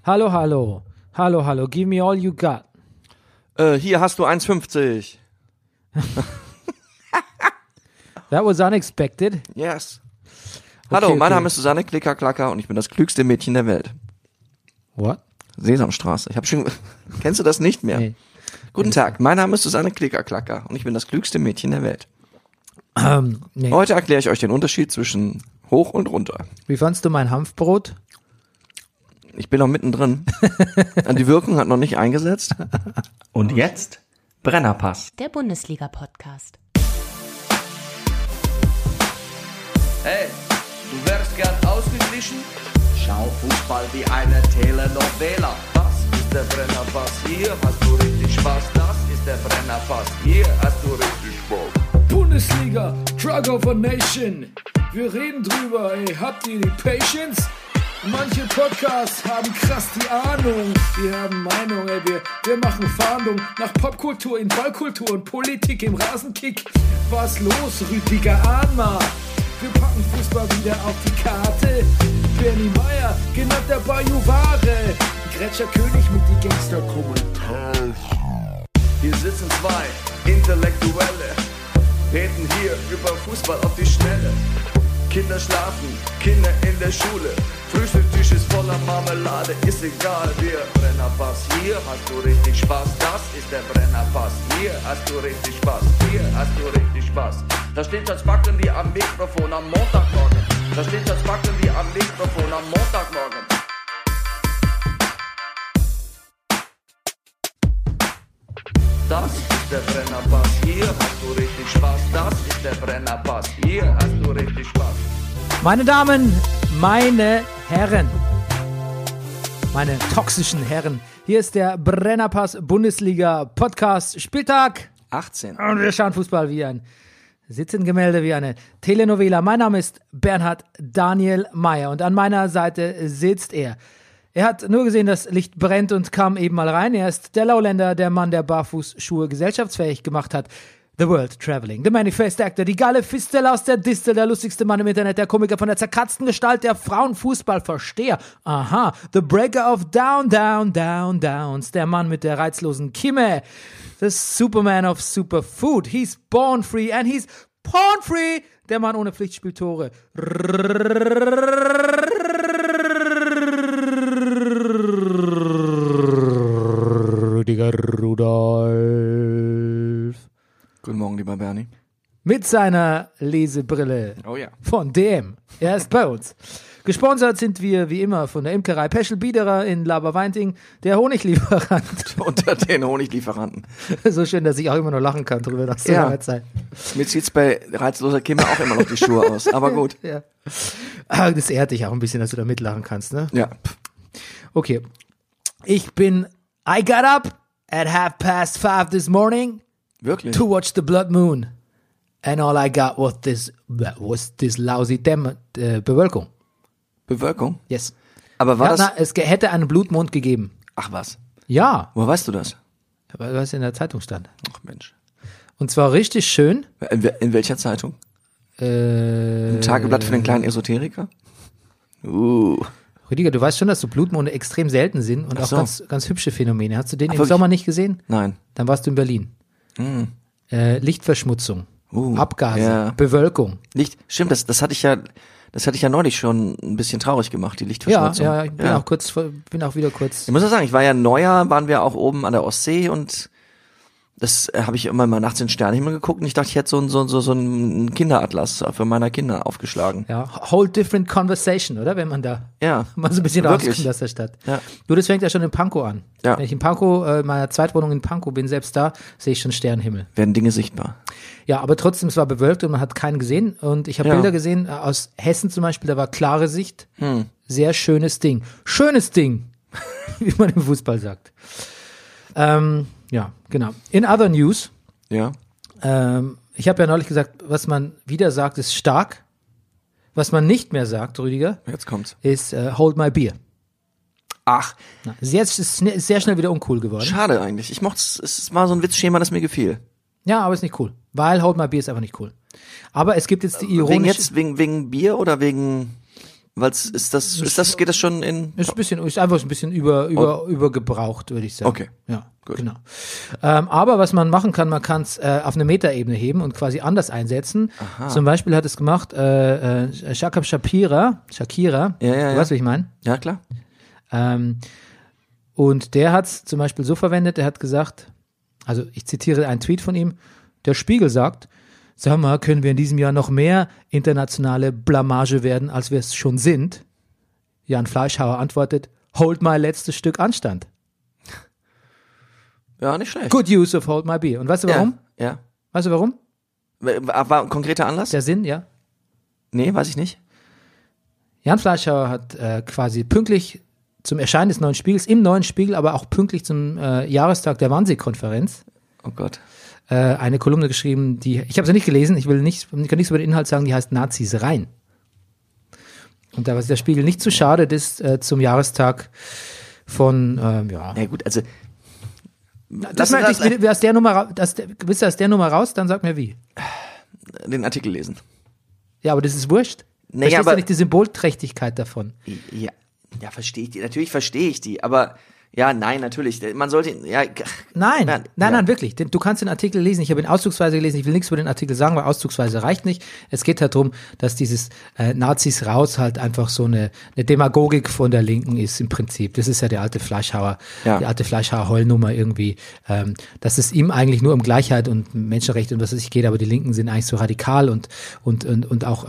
Hallo, hallo. Hallo, hallo. Give me all you got. Hier hast du 1,50. That was unexpected. Yes. Hallo, Okay, mein okay. Name ist Susanne Klicker-Klacker und ich bin das klügste Mädchen der Welt. What? Sesamstraße. Ich habe schon... Kennst du das nicht mehr? Nee. Guten Tag, mein Name ist Susanne Klicker-Klacker und ich bin das klügste Mädchen der Welt. Nee. Heute erkläre ich euch den Unterschied zwischen hoch und runter. Wie fandst du mein Hanfbrot? Ich bin noch mittendrin. Die Wirkung hat noch nicht eingesetzt. Und jetzt Brennerpass. Der Bundesliga-Podcast. Hey, du wärst gern ausgeglichen? Schau Fußball wie eine Telenovela. Das ist der Brennerpass, hier hast du richtig Spaß. Das ist der Brennerpass, hier hast du richtig Spaß. Bundesliga, Drug of a Nation. Wir reden drüber, ey, habt ihr die Patience? Manche Podcasts haben krass die Ahnung. Wir haben Meinung, ey, wir machen Fahndung nach Popkultur in Ballkultur und Politik im Rasenkick. Was los, Rüdiger Ahnma? Wir packen Fußball wieder auf die Karte. Bernie Meyer, genannt der Bajuware. Gretscher König mit die Gangster-Kommentare. Hier sitzen zwei Intellektuelle, reden hier über Fußball auf die Schnelle. Kinder schlafen, Kinder in der Schule. Frühstücktisch ist voller Marmelade, ist egal, wir Brennerpass. Hier hast du richtig Spaß, das ist der Brennerpass. Hier hast du richtig Spaß, hier hast du richtig Spaß. Da steht das Backen wie am Mikrofon am Montagmorgen. Da steht das Backen wie am Mikrofon am Montagmorgen. Das ist der Brennerpass, hier hast du richtig Spaß. Das ist der Brennerpass, hier hast du richtig Spaß. Meine Damen, meine Herren, meine toxischen Herren, hier ist der Brennerpass Bundesliga Podcast Spieltag 18. und wir schauen Fußball wie ein Sitzengemälde, wie eine Telenovela. Mein Name ist Bernhard Daniel Meyer und an meiner Seite sitzt er. Er hat nur gesehen, das Licht brennt und kam eben mal rein. Er ist der Lauländer, der Mann, der Barfußschuhe gesellschaftsfähig gemacht hat. The World Traveling, the Manifest Actor, die geile Fistel aus der Distel, der lustigste Mann im Internet, der Komiker von der zerkratzten Gestalt, der Frauenfußballversteher. Aha, the Breaker of Down, Down, Down, Downs, der Mann mit der reizlosen Kimme, the Superman of Superfood. He's born free and he's porn free, der Mann ohne Pflichtspieltore. Rüdiger Rudolf. Guten Morgen, lieber Bernie. Mit seiner Lesebrille Oh ja. von DM. Er ist bei uns. Gesponsert sind wir wie immer von der Imkerei Peschel Biederer in Laberweinting, der Honiglieferant. Unter den Honiglieferanten. So schön, dass ich auch immer noch lachen kann drüber nach so Ja. langer Zeit. Mir zieht's bei reizloser Kimme auch immer noch die Schuhe aus, aber gut. Ja. Ah, das ehrt dich auch ein bisschen, dass du da mitlachen kannst, ne? Ja. Okay. I got up at 5:30 this morning Wirklich? to watch the blood moon. And all I got was this lousy Bewölkung. Bewölkung? Yes. Aber war das... Es hätte einen Blutmond gegeben. Ach was. Ja, Woher weißt du das? weil es in der Zeitung stand. Ach Mensch. Und zwar richtig schön. In welcher Zeitung? Im Tageblatt für den kleinen Esoteriker? Rüdiger, du weißt schon, dass so Blutmonde extrem selten sind und Ach auch so. ganz, ganz hübsche Phänomene. Hast du den im wirklich? Sommer nicht gesehen? Nein. Dann warst du in Berlin. Lichtverschmutzung, Abgase, ja. Bewölkung. Licht, stimmt, das hatte ich ja neulich schon ein bisschen traurig gemacht, die Lichtverschmutzung. Ja, ich bin auch wieder kurz. Ich muss ja sagen, ich war ja Neujahr, waren wir auch oben an der Ostsee und das habe ich immer mal nachts in den Sternenhimmel geguckt und ich dachte, ich hätte so einen Kinderatlas für meine Kinder aufgeschlagen. Ja, whole different conversation, oder? Wenn man da Ja. mal so ein bisschen Wirklich. rauskommt aus der Stadt. Ja. Du, das fängt ja schon in Pankow an. Ja. Wenn ich in Pankow, meiner Zweitwohnung in Pankow bin, selbst da, sehe ich schon Sternenhimmel. Werden Dinge sichtbar. Ja, aber trotzdem, es war bewölkt und man hat keinen gesehen. Und ich habe Ja. Bilder gesehen aus Hessen zum Beispiel, da war klare Sicht. Sehr schönes Ding. Schönes Ding, wie man im Fußball sagt. Ja, genau. In other news, Ja. ich habe ja neulich gesagt, was man wieder sagt, ist stark. Was man nicht mehr sagt, Rüdiger, Jetzt kommt's. ist hold my beer. Ach, Na, jetzt ist sehr schnell wieder uncool geworden. schade eigentlich. Ich mochte es war so ein Witzschema, das mir gefiel. Ja, aber ist nicht cool. Weil hold my beer ist einfach nicht cool. Aber es gibt jetzt die ironische... Wegen Bier oder wegen Geht das schon in? Ist einfach ein bisschen übergebraucht, würde ich sagen. Okay. Ja, Gut. genau. Aber was man machen kann, man kann es auf eine Metaebene heben und quasi anders einsetzen. Aha. Zum Beispiel hat es gemacht Jakob Shakira. Ja. Du weißt, wie ich meine? Ja, klar. Und der hat es zum Beispiel so verwendet, der hat gesagt, also ich zitiere einen Tweet von ihm, der Spiegel sagt, sag mal, können wir in diesem Jahr noch mehr internationale Blamage werden, als wir es schon sind? Jan Fleischhauer antwortet, hold my letztes Stück Anstand. Ja, nicht schlecht. Good use of hold my beer. Und weißt du warum? Ja. Weißt du warum? War ein konkreter Anlass? Der Sinn, ja. Nee, weiß ich nicht. Jan Fleischhauer hat quasi pünktlich zum Erscheinen des neuen Spiegels, im neuen Spiegel, aber auch pünktlich zum Jahrestag der Wannsee-Konferenz, Oh Gott. eine Kolumne geschrieben, ich habe sie nicht gelesen, ich kann nichts über den Inhalt sagen, die heißt Nazis rein. Und da war der Spiegel nicht zu schade, das zum Jahrestag von, Na gut, also das meinte ich, willst du aus der Nummer raus, dann sag mir wie. den Artikel lesen. Ja, aber das ist wurscht. Naja, Verstehst aber du nicht die Symbolträchtigkeit davon? Ja, verstehe ich die. Natürlich verstehe ich die, aber ja, nein, natürlich. Man sollte, ja. Nein, wirklich. Du kannst den Artikel lesen. Ich habe ihn auszugsweise gelesen. Ich will nichts über den Artikel sagen, weil auszugsweise reicht nicht. Es geht halt darum, dass dieses Nazis raus halt einfach so eine Demagogik von der Linken ist im Prinzip. Das ist ja die alte Fleischhauer-Heulnummer irgendwie, dass es ihm eigentlich nur um Gleichheit und Menschenrechte und was weiß ich geht, aber die Linken sind eigentlich so radikal und auch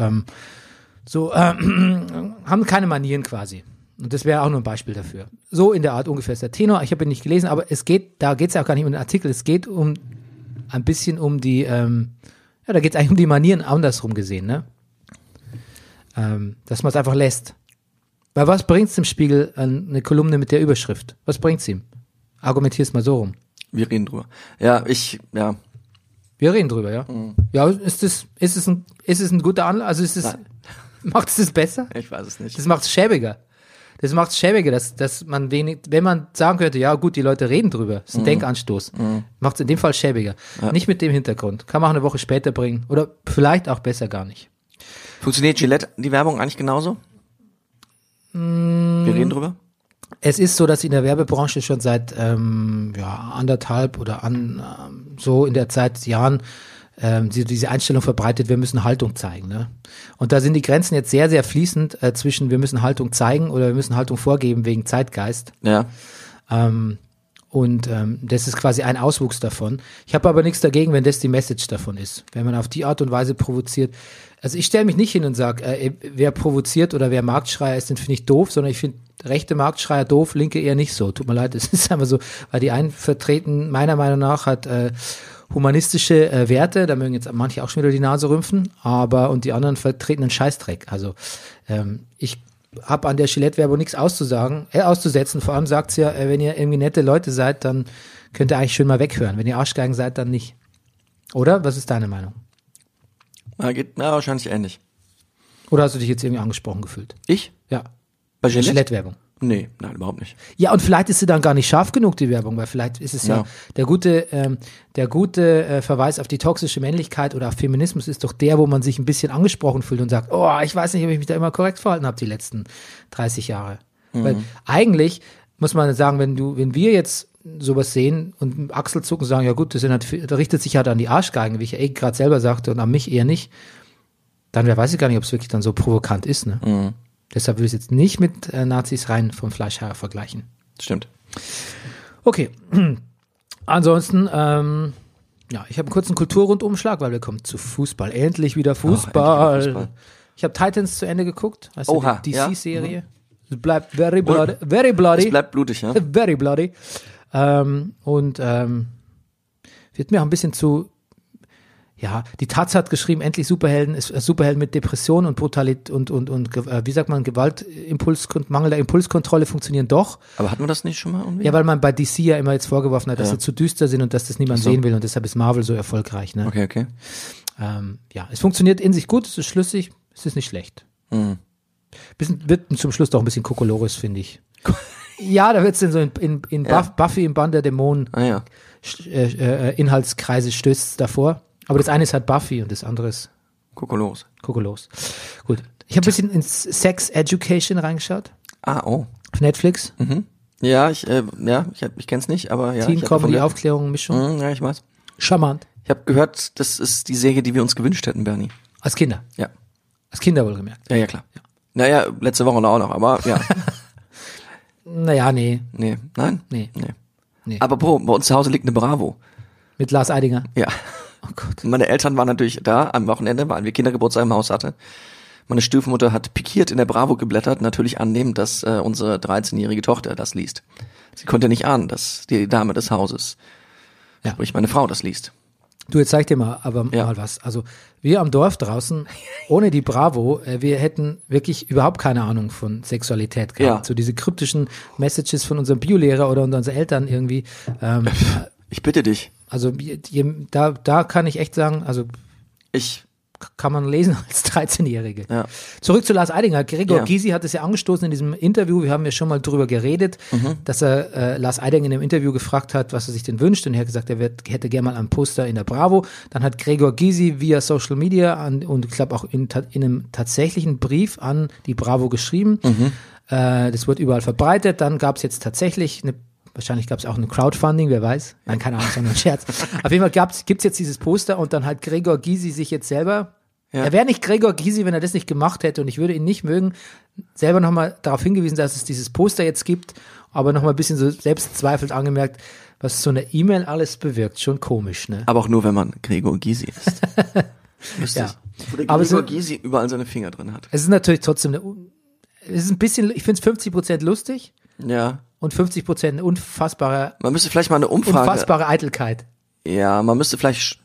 haben keine Manieren quasi. Und das wäre auch nur ein Beispiel dafür. So in der Art ungefähr ist der Tenor. Ich habe ihn nicht gelesen, aber da geht es ja auch gar nicht um den Artikel. Es geht ein bisschen um die, da geht es eigentlich um die Manieren andersrum gesehen, ne? Dass man es einfach lässt. Weil was bringt es dem Spiegel eine Kolumne mit der Überschrift? Was bringt es ihm? Argumentier's mal so rum. Wir reden drüber. Ja. Wir reden drüber, ja. Mhm. Ja, ist es ein guter Anlass? Also macht es das besser? Ich weiß es nicht. Das macht es schäbiger. Dass man wenn man sagen könnte, ja gut, die Leute reden drüber, das ist ein Denkanstoß, macht es in dem Fall schäbiger. Ja. Nicht mit dem Hintergrund. Kann man auch eine Woche später bringen oder vielleicht auch besser gar nicht. Funktioniert Gillette die Werbung eigentlich genauso? Wir reden drüber? Es ist so, dass in der Werbebranche schon seit anderthalb oder so in der Zeit Jahren diese Einstellung verbreitet, wir müssen Haltung zeigen. Ne? Und da sind die Grenzen jetzt sehr, sehr fließend zwischen wir müssen Haltung zeigen oder wir müssen Haltung vorgeben wegen Zeitgeist. Ja. Das ist quasi ein Auswuchs davon. Ich habe aber nichts dagegen, wenn das die Message davon ist. Wenn man auf die Art und Weise provoziert. Also ich stelle mich nicht hin und sage, wer provoziert oder wer Marktschreier ist, den finde ich doof, sondern ich finde rechte Marktschreier doof, linke eher nicht so. Tut mir leid, es ist einfach so, weil die einen vertreten meiner Meinung nach halt humanistische Werte, da mögen jetzt manche auch schon wieder die Nase rümpfen, und die anderen vertreten einen Scheißdreck. Also ich habe an der Gillette-Werbung nichts auszusetzen. Vor allem sagt's ja, wenn ihr irgendwie nette Leute seid, dann könnt ihr eigentlich schön mal weghören. Wenn ihr Arschgeigen seid, dann nicht. Oder? Was ist deine Meinung? Geht wahrscheinlich ähnlich. Oder hast du dich jetzt irgendwie angesprochen gefühlt? Ich? Ja. Bei Gillette? Gillette-Werbung. Nee, nein, überhaupt nicht. Ja, und vielleicht ist sie dann gar nicht scharf genug, die Werbung, weil vielleicht ist es ja der gute Verweis auf die toxische Männlichkeit oder auf Feminismus ist doch der, wo man sich ein bisschen angesprochen fühlt und sagt, oh, ich weiß nicht, ob ich mich da immer korrekt verhalten habe die letzten 30 Jahre. Weil eigentlich muss man sagen, wenn wir jetzt sowas sehen und Achselzucken sagen, ja gut, da richtet sich halt an die Arschgeigen, wie ich ja gerade selber sagte, und an mich eher nicht, dann weiß ich gar nicht, ob es wirklich dann so provokant ist, ne? Mhm. Deshalb will ich es jetzt nicht mit Nazis rein vom Fleischhauer vergleichen. Stimmt. Okay. Ansonsten, ich habe einen kurzen Kulturrundumschlag, weil wir kommen zu Fußball. Endlich wieder Fußball. Endlich Fußball. Ich habe Titans zu Ende geguckt. Weißt Oha, du, die DC-Serie. Es bleibt very bloody. Very bloody. Es bleibt blutig, ja. Very bloody. Wird mir auch ein bisschen zu. Ja, die Taz hat geschrieben, endlich Superhelden mit Depression und Brutalität und wie sagt man, mangelnder Impulskontrolle funktionieren doch. Aber hatten wir das nicht schon mal irgendwie? Ja, weil man bei DC ja immer jetzt vorgeworfen hat, dass sie zu düster sind und dass das niemand sehen will und deshalb ist Marvel so erfolgreich. Ne? Okay. Es funktioniert in sich gut, es ist schlüssig, es ist nicht schlecht. Mhm. Wird zum Schluss doch ein bisschen Kokolores, finde ich. Ja, da wird es dann so in Buffy im Band der Dämonen Inhaltskreise stößt davor. Aber das eine ist halt Buffy und das andere ist Kokolos. Gut. Ich habe ein bisschen ins Sex Education reingeschaut. Oh. Auf Netflix. Ja, ich kenn's nicht, aber ja. Teen ich hab davon Comedy, gehört. Aufklärung, Mischung. Ja, ich weiß. Charmant. Ich habe gehört, das ist die Serie, die wir uns gewünscht hätten, Bernie. Als Kinder. Ja. Als Kinder wohlgemerkt. Ja, klar. Ja. Naja, letzte Woche auch noch, aber ja. Naja, nee. Nee, nein? Nee. Nee. Aber bei uns zu Hause liegt eine Bravo. Mit Lars Eidinger. Ja. Oh Gott. Meine Eltern waren natürlich da am Wochenende, weil wir Kindergeburtstag im Haus hatte. Meine Stiefmutter hat pikiert in der Bravo geblättert, natürlich annehmend, dass unsere 13-jährige Tochter das liest. Sie konnte nicht ahnen, dass die Dame des Hauses, sprich meine Frau, das liest. Du, jetzt zeig ich dir mal mal was. Also wir am Dorf draußen, ohne die Bravo, wir hätten wirklich überhaupt keine Ahnung von Sexualität gehabt. Ja. So diese kryptischen Messages von unserem Biolehrer oder unseren Eltern irgendwie. Ich bitte dich. Also da kann ich echt sagen, also kann man lesen als 13-Jährige. Ja. Zurück zu Lars Eidinger. Gregor Ja. Gysi hat es ja angestoßen in diesem Interview. Wir haben ja schon mal drüber geredet, dass er Lars Eidinger in dem Interview gefragt hat, was er sich denn wünscht. Und er hat gesagt, hätte gerne mal ein Poster in der Bravo. Dann hat Gregor Gysi via Social Media und ich glaube auch in einem tatsächlichen Brief an die Bravo geschrieben. Das wird überall verbreitet. Dann gab es jetzt tatsächlich wahrscheinlich gab es auch ein Crowdfunding, wer weiß. Nein, keine Ahnung, sondern ein Scherz. Auf jeden Fall gibt's jetzt dieses Poster und dann hat Gregor Gysi sich jetzt selber, er wäre nicht Gregor Gysi, wenn er das nicht gemacht hätte und ich würde ihn nicht mögen, selber nochmal darauf hingewiesen, dass es dieses Poster jetzt gibt, aber nochmal ein bisschen so selbstzweifelt angemerkt, was so eine E-Mail alles bewirkt. Schon komisch, ne? Aber auch nur, wenn man Gregor Gysi ist. Lustig. Ja. Wo der Aber Gregor so- Gysi überall seine Finger drin hat. Es ist natürlich trotzdem es ist ein bisschen, ich finde es 50% lustig Ja. und 50% eine unfassbare Umfrage. Eitelkeit. Ja, man müsste vielleicht,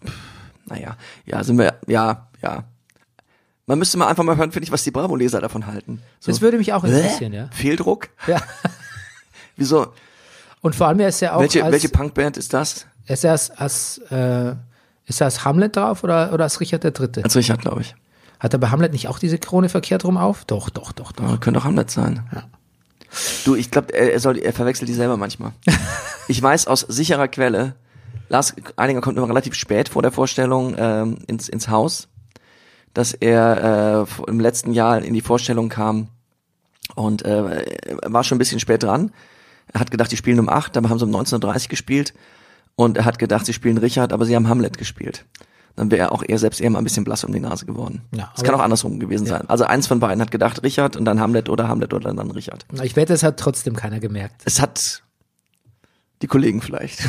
Man müsste mal einfach mal hören, finde ich, was die Bravo-Leser davon halten. So, Das würde mich auch interessieren, ja. Fehldruck? Ja. Wieso? Und vor allem, er ist ja auch Welche Punkband ist das? ist er als Hamlet drauf oder als Richard III.? Als Richard, glaube ich. Hat er bei Hamlet nicht auch diese Krone verkehrt rum auf? Doch. Ja, könnte auch Hamlet sein. Ja. Du, ich glaube, er verwechselt die selber manchmal. Ich weiß aus sicherer Quelle, Lars Eidinger kommt immer relativ spät vor der Vorstellung ins Haus, dass er im letzten Jahr in die Vorstellung kam und war schon ein bisschen spät dran. Er hat gedacht, die spielen um 8, dann haben sie um 19:30 gespielt und er hat gedacht, sie spielen Richard, aber sie haben Hamlet gespielt. Dann wäre er auch selbst mal ein bisschen blass um die Nase geworden. Ja, das kann auch andersrum gewesen sein. Also eins von beiden hat gedacht Richard und dann Hamlet oder dann Richard. Ich wette, es hat trotzdem keiner gemerkt. Es hat die Kollegen vielleicht.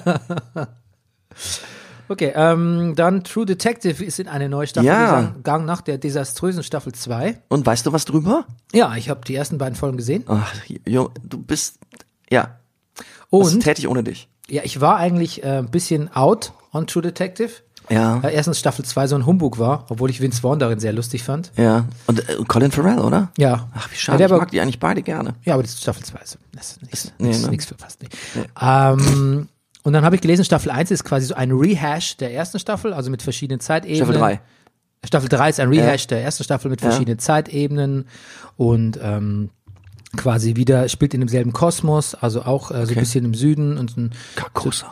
Okay, dann True Detective ist in eine neue Staffel gegangen nach der desaströsen Staffel 2. Und weißt du was drüber? Ja, ich habe die ersten beiden Folgen gesehen. Ach, Jo, du bist, was Und täte ich ohne dich? ja, ich war eigentlich ein bisschen out on True Detective. Ja. Erstens Staffel 2 so ein Humbug war, obwohl ich Vince Vaughn darin sehr lustig fand. Ja. Und Colin Farrell, oder? Ja. Ach, wie schade, ich mag die eigentlich beide gerne. Ja, aber das ist Staffel 2. Das ist Nee, ne? nichts für fast nicht. Und dann habe ich gelesen, Staffel 1 ist quasi so ein Rehash der ersten Staffel, also mit verschiedenen Zeitebenen. Staffel 3. Staffel 3 ist ein Rehash der ersten Staffel mit verschiedenen Zeitebenen und quasi wieder spielt in demselben Kosmos, also auch so ein bisschen im Süden und Carcosa.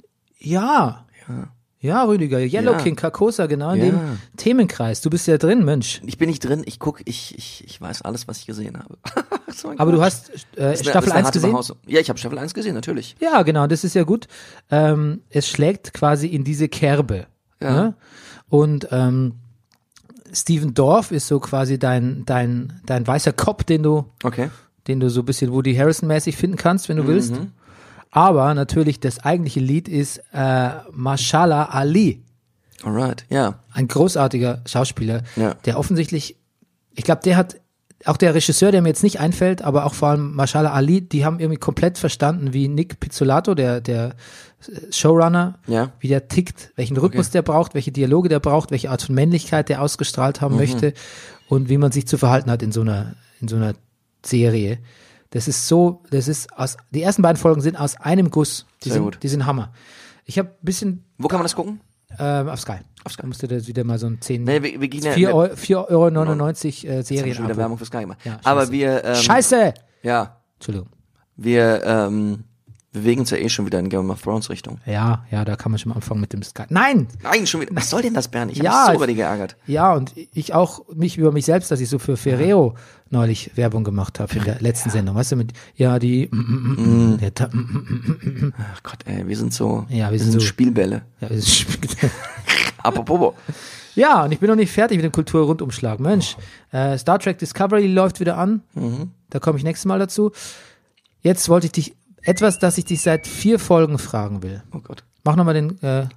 Ja, Rüdiger, Yellow Ja. King, Carcosa, genau in Ja. dem Themenkreis. Du bist ja drin, Mensch. Ich bin nicht drin, ich weiß alles, was ich gesehen habe. So ein Aber du Quatsch. hast Das ist Staffel eine 1 harte gesehen? Behausung. Ja, ich habe Staffel 1 gesehen, natürlich. Ja, genau, das ist ja gut. Es schlägt quasi in diese Kerbe. Ja. Ne? Und Steven Dorff ist so quasi dein weißer Kopf, den du Okay. so ein bisschen Woody Harrelson-mäßig finden kannst, wenn du willst. Aber natürlich das eigentliche Lied ist Mahershala Ali, Alright, ja. ein großartiger Schauspieler, Ja. der offensichtlich, ich glaube, der hat, auch der Regisseur, der mir jetzt nicht einfällt, aber auch vor allem Mahershala Ali, die haben irgendwie komplett verstanden, wie Nick Pizzolatto, der Showrunner, Ja. wie der tickt, welchen Rhythmus der braucht, welche Dialoge der braucht, welche Art von Männlichkeit der ausgestrahlt haben möchte und wie man sich zu verhalten hat in so einer Serie. Die ersten beiden Folgen sind aus einem Guss. Sehr gut. Die sind Hammer. Ich habe ein bisschen Wo kann man das gucken? auf Sky. Auf Sky. Da musste das wieder mal so ein 10, Nee, wir gehen ja. 4,99 Jetzt haben wir Serien. schon wieder Werbung für Sky gemacht. Ja, Aber scheiße. wir, Scheiße! ja, Entschuldigung. wir Wir bewegen uns ja schon wieder in Game of Thrones Richtung. Ja, da kann man schon mal anfangen mit dem Sky. Nein, Schon wieder. Was soll denn das, Bernd? Ich habe Ja, mich so über die geärgert. Ja, und ich auch mich über mich selbst, dass ich so für Ferrero neulich Werbung gemacht habe in der letzten Sendung. Weißt du, mit, Ach Gott, ey, wir sind so, Ja, wir wir sind sind so- Spielbälle. ja, es ist- Apropos. ja, und ich bin noch nicht fertig mit dem Kulturrundumschlag. Mensch, Star Trek Discovery läuft wieder an. Da komme ich nächstes Mal dazu. Jetzt wollte ich dich das ich dich seit 4 Folgen fragen will. Oh Gott. Mach nochmal den,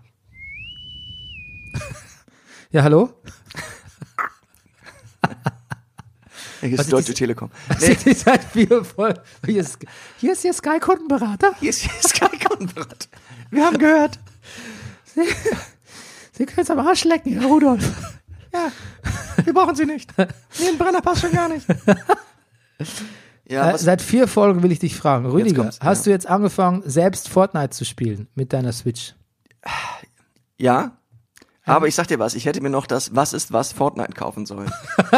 ja, hallo? Hier Was ist Deutsche ist Telekom. Nee. Seit 4 Folgen. Hier ist Ihr Sky-Kundenberater. Hier ist Sky Konrad. Wir haben gehört. Sie können es am Arsch lecken, Herr Rudolf. Ja, wir brauchen sie nicht. Nee, ein Brennerpass schon gar nicht. Ja, was, Seit 4 Folgen will ich dich fragen. Rüdiger, kommt's, hast du jetzt angefangen, selbst Fortnite zu spielen mit deiner Switch? ja. Aber ich sag dir was, ich hätte mir noch das Was ist was Fortnite kaufen sollen.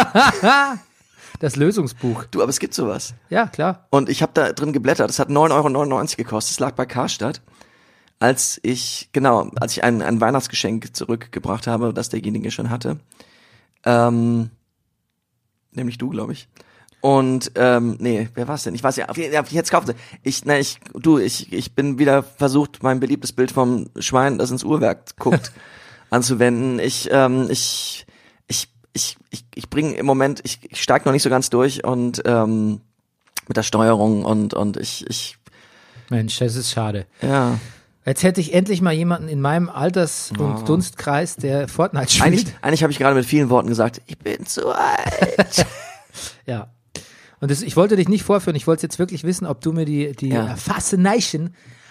Das Lösungsbuch. Du, aber es gibt sowas. Ja, klar. Und ich habe da drin geblättert. Das hat 9,99 € gekostet. Es lag bei Karstadt. Als ich ein Weihnachtsgeschenk zurückgebracht habe, das derjenige schon hatte. Nämlich du, glaube ich. Und, wer war's denn? Ich weiß ja, jetzt kaufen sie. Ich bin wieder versucht, mein beliebtes Bild vom Schwein, das ins Uhrwerk guckt, anzuwenden. Ich bringe im Moment, ich steig noch nicht so ganz durch und mit der Steuerung und ich Mensch, das ist schade. ja. Jetzt hätte ich endlich mal jemanden in meinem Alters- und Dunstkreis, der Fortnite spielt. Eigentlich habe ich gerade mit vielen Worten gesagt, ich bin zu alt. Ja. Und ich wollte dich nicht vorführen, ich wollte jetzt wirklich wissen, ob du mir die Ja. Fascination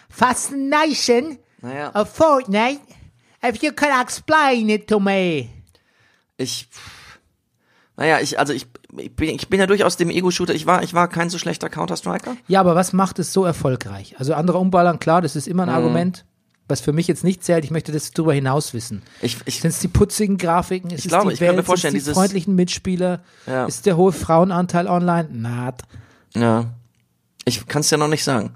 Naja, of Fortnite, if you can explain it to me. ich bin ja durchaus dem Ego-Shooter. Ich war kein so schlechter Counter-Striker. Ja, aber was macht es so erfolgreich? Also andere umballern, klar, das ist immer ein Argument, was für mich jetzt nicht zählt. Ich möchte das darüber hinaus wissen. Sind es die putzigen Grafiken? Ist es glaube, die ich kann mir Welt? vorstellen, sind es die dieses- freundlichen Mitspieler? Ja. Ist der hohe Frauenanteil online? Naht. Ja. Ich kann es ja noch nicht sagen.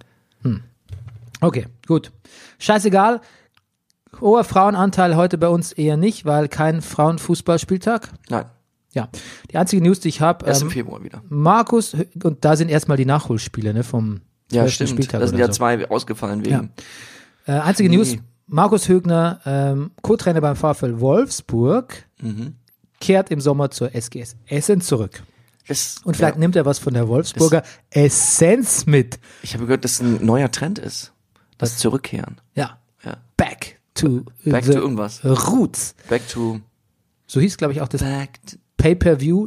Okay, gut. Scheißegal. Hoher Frauenanteil heute bei uns eher nicht, weil kein Frauenfußballspieltag. Nein. Ja, die einzige News, die ich habe, Erst im Februar wieder. Markus, und da sind erstmal die Nachholspiele, ne, vom Ja, 12. stimmt. Spieltag Da sind oder ja so. 2 ausgefallen wegen. Einzige News, Markus Högner, Co-Trainer beim VfL Wolfsburg, kehrt im Sommer zur SGS Essen zurück. Und vielleicht nimmt er was von der Wolfsburger Essenz mit. Ich habe gehört, dass ein neuer Trend ist. Das Zurückkehren. Ja, Ja. back to Back the to irgendwas. Roots. Back to So hieß, glaube ich, auch das back to Pay-Per-View,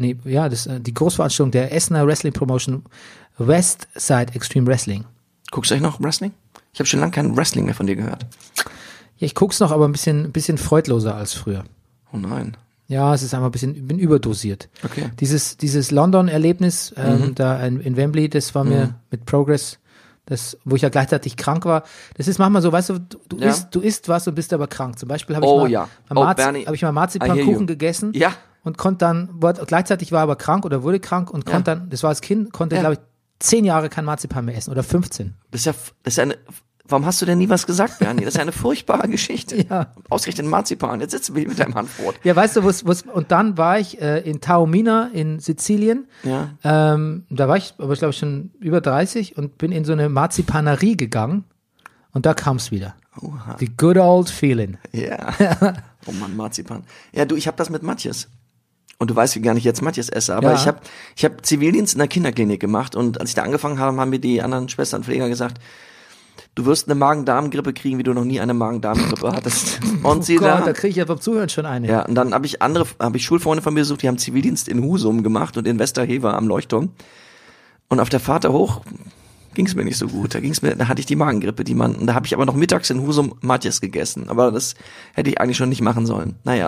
die Großveranstaltung der Essener Wrestling Promotion Westside Extreme Wrestling. Guckst du euch noch Wrestling? Ich habe schon lange kein Wrestling mehr von dir gehört. Ja, ich guck's noch, aber ein bisschen freudloser als früher. Oh nein. Ja, es ist einfach bin überdosiert. Okay. Dieses London-Erlebnis, da in Wembley, das war mir mit Progress, wo ich ja gleichzeitig krank war. Das ist manchmal so, weißt du, du isst was und bist aber krank. Zum Beispiel habe Bernie, ich mal I Marzipankuchen hear you. gegessen. Ja. Und gleichzeitig war aber krank oder wurde krank und konnte dann, das war als Kind, glaube ich, 10 Jahre kein Marzipan mehr essen oder 15. Das ist ja warum hast du denn nie was gesagt, Bernie? Das ist ja eine furchtbare Geschichte. Ja. Ausgerechnet Marzipan. Jetzt sitzen wir hier mit deinem Handbrot. Ja, weißt du, und dann war ich in Taormina in Sizilien. Ja. Da war ich, aber ich glaube schon über 30 und bin in so eine Marzipanerie gegangen und da kam es wieder. Oha. The good old feeling. Ja. Oh Mann, Marzipan. Ja, du, ich habe das mit Matjes. Und du weißt, wie gar nicht jetzt Matjes esse. Aber Ja. ich hab Zivildienst in der Kinderklinik gemacht und als ich da angefangen habe, haben mir die anderen Schwestern und Pfleger gesagt, du wirst eine Magen-Darm-Grippe kriegen, wie du noch nie eine Magen-Darm-Grippe hattest. Und sie Da kriege ich ja vom Zuhören schon eine. ja, und dann habe ich Schulfreunde von mir besucht, die haben Zivildienst in Husum gemacht und in Westerhever am Leuchtturm. Und auf der Fahrt da hoch ging es mir nicht so gut. Da hatte ich die Magengrippe, da habe ich aber noch mittags in Husum Matjes gegessen. Aber das hätte ich eigentlich schon nicht machen sollen. Naja,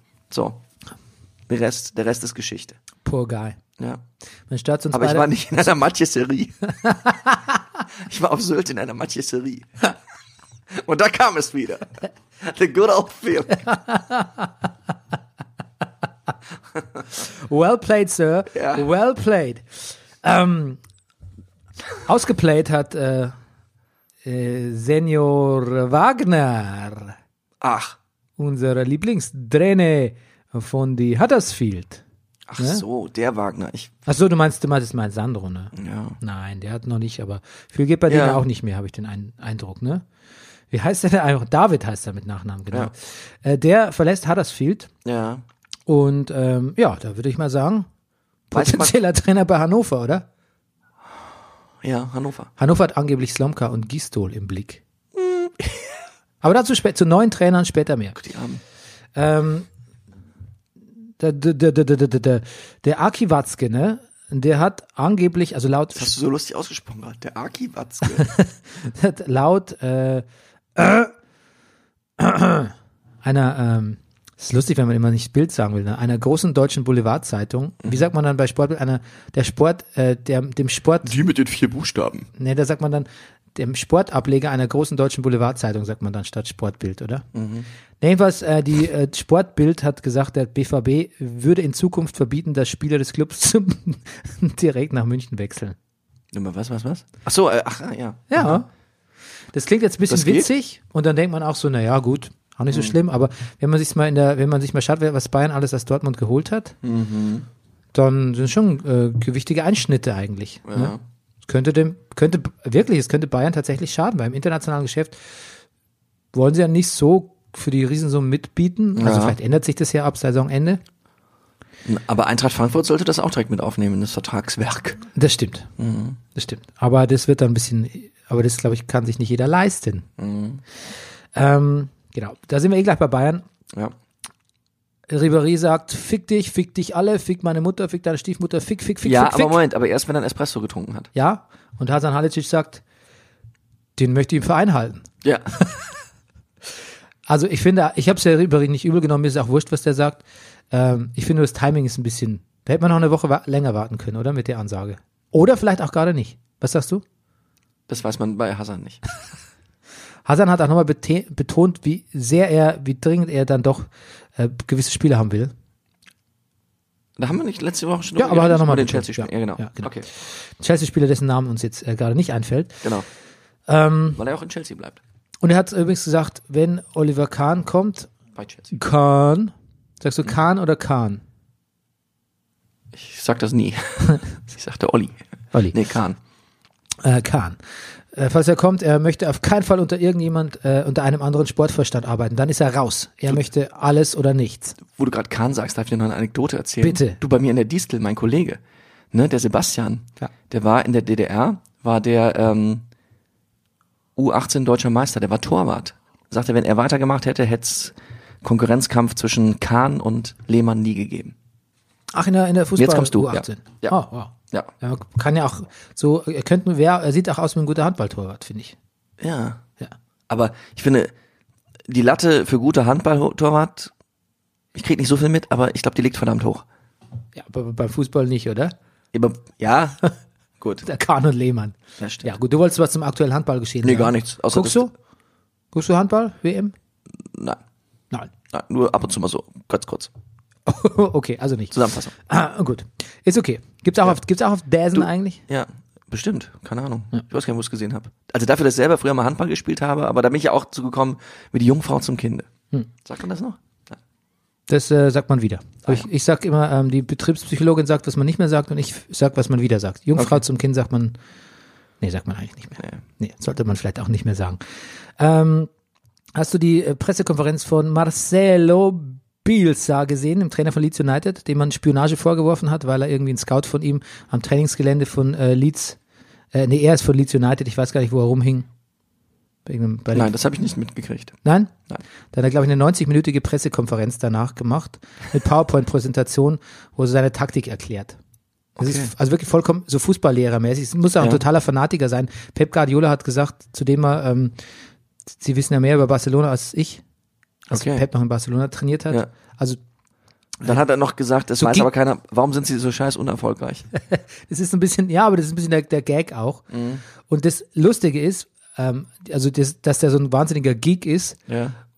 der Rest ist Geschichte. Poor guy. Ja. Man stört uns Aber ich beide. war nicht in einer Matjesserie. Ich war auf Sylt in einer Matjesserie. Und da kam es wieder. The good old feeling. Well played, Sir. Ja. Well played. Ausgeplayt hat Senior Wagner, Ach. unser Lieblingstrainer von die Huddersfield. Ach Ne? so, der Wagner. Achso, du meintest mein Sandro, ne? Ja. Nein, der hat noch nicht, aber viel geht bei dem Ja. ja auch nicht mehr, habe ich den Eindruck, ne? Wie heißt der denn einfach? David heißt er mit Nachnamen, genau. Der verlässt Huddersfield Ja. und ja, da würde ich mal sagen, Weiß man- potenzieller Trainer bei Hannover, oder? Ja, Hannover. Hannover hat angeblich Slomka und Gistol im Blick. Aber dazu zu neuen Trainern später mehr. Die Armen. Der Aki Watzke, ne? Der hat angeblich, also laut Das hast du so lustig ausgesprochen gerade. Der Aki Watzke. laut einer, ist lustig, wenn man immer nicht Bild sagen will, ne? Einer großen deutschen Boulevardzeitung. Wie sagt man dann bei Sport? Dem Sport, Die mit den 4 Buchstaben. ne, da sagt man dann, dem Sportableger einer großen deutschen Boulevardzeitung, sagt man dann statt Sportbild, oder? Jedenfalls, die Sportbild hat gesagt, der BVB würde in Zukunft verbieten, dass Spieler des Clubs direkt nach München wechseln. Was? Ach so, ja. Ja. Das klingt jetzt ein bisschen Das geht? witzig und dann denkt man auch so, naja, gut, auch nicht so schlimm, aber wenn man sich mal schaut, was Bayern alles aus Dortmund geholt hat, dann sind schon gewichtige Einschnitte eigentlich. Ja. Ne? Es könnte Bayern tatsächlich schaden, weil im internationalen Geschäft wollen sie ja nicht so für die Riesensummen mitbieten. Also Ja. vielleicht ändert sich das ja ab Saisonende. Aber Eintracht Frankfurt sollte das auch direkt mit aufnehmen in das Vertragswerk. Das stimmt. Das stimmt. Aber das wird dann ein bisschen, aber das, glaube ich, kann sich nicht jeder leisten. Genau. Da sind wir gleich bei Bayern. Ja. Ribéry sagt, fick dich alle, fick meine Mutter, fick deine Stiefmutter, fick. Ja, aber Moment, aber erst wenn er einen Espresso getrunken hat. Ja. Und Hasan Halicic sagt, den möchte ich im Verein halten. Ja. Also ich finde, ich habe es ja Ribéry nicht übel genommen, mir ist auch wurscht, was der sagt. Ich finde, das Timing ist ein bisschen, da hätte man noch eine Woche länger warten können, oder? Mit der Ansage. Oder vielleicht auch gerade nicht. Was sagst du? Das weiß man bei Hasan nicht. Hasan hat auch nochmal betont, wie dringend er dann doch gewisse Spiele haben will. Da haben wir nicht letzte Woche schon Ja, aber hat er nochmal den betont. Chelsea-Spiel. Ja, genau. Ja, genau. Okay, Chelsea-Spieler, dessen Namen uns jetzt gerade nicht einfällt. genau. Weil er auch in Chelsea bleibt. Und er hat übrigens gesagt, wenn Oliver Kahn kommt, Bei Chelsea. Kahn, sagst du Kahn oder Kahn? Ich sag das nie. Ich sagte Olli. Olli. Nee, Kahn. Kahn. Falls er kommt, er möchte auf keinen Fall unter einem anderen Sportvorstand arbeiten. Dann ist er raus. Er möchte alles oder nichts. Wo du gerade Kahn sagst, darf ich dir noch eine Anekdote erzählen? Bitte. Du, bei mir in der Distel, mein Kollege, ne, der Sebastian, Ja. der war in der DDR, war der U18 deutscher Meister, der war Torwart. Sagte, wenn er weitergemacht hätte, hätte es Konkurrenzkampf zwischen Kahn und Lehmann nie gegeben. Ach, in der Fußball Jetzt kommst du, U18. ja. Oh, wow. Ja. Ja, man kann ja auch so, er sieht auch aus wie ein guter Handballtorwart, finde ich. Ja. Ja. Aber ich finde, die Latte für gute Handballtorwart, ich krieg nicht so viel mit, aber ich glaube, die liegt verdammt hoch. Ja, aber beim Fußball nicht, oder? Aber, ja, gut. Der Kahn und Lehmann. Ja, stimmt. Ja, gut, du wolltest was zum aktuellen Handballgeschehen Nee, sagen. gar nichts. Außer Guckst du? Guckst du Handball, WM? Nein. Nein. Nein, nur ab und zu mal so, kurz. Okay, also nicht. Zusammenfassung. Ah, gut. Ist okay. Gibt's auch auf Dazen eigentlich? Ja, bestimmt. Keine Ahnung. Ich weiß gar nicht, wo ich es gesehen habe. Also dafür, dass ich selber früher mal Handball gespielt habe, aber da bin ich ja auch zugekommen wie die Jungfrau zum Kinde. Sagt man das noch? Nein. Das sagt man wieder. Ich sag immer, die Betriebspsychologin sagt, was man nicht mehr sagt und ich sag, was man wieder sagt. Jungfrau zum Kind sagt man, sagt man eigentlich nicht mehr. Nee, sollte man vielleicht auch nicht mehr sagen. Hast du die Pressekonferenz von Marcelo Bielsa gesehen, dem Trainer von Leeds United, dem man Spionage vorgeworfen hat, weil er irgendwie einen Scout von ihm am Trainingsgelände von Leeds, er ist von Leeds United, ich weiß gar nicht, wo er rumhing. Nein, das habe ich nicht mitgekriegt. Nein? Nein. Da hat er, glaube ich, eine 90-minütige Pressekonferenz danach gemacht, mit PowerPoint-Präsentation, wo er seine Taktik erklärt. Das ist also wirklich vollkommen so Fußballlehrermäßig. Es muss auch ein totaler Fanatiker sein. Pep Guardiola hat gesagt, zudem er, Sie wissen ja mehr über Barcelona als ich, als Pep noch in Barcelona trainiert hat. Ja. Also Dann hat er noch gesagt, das So weiß aber keiner, warum sind sie so scheiß unerfolgreich? das ist ein bisschen, aber das ist ein bisschen der Gag auch. Und das Lustige ist, dass der so ein wahnsinniger Geek ist Ja.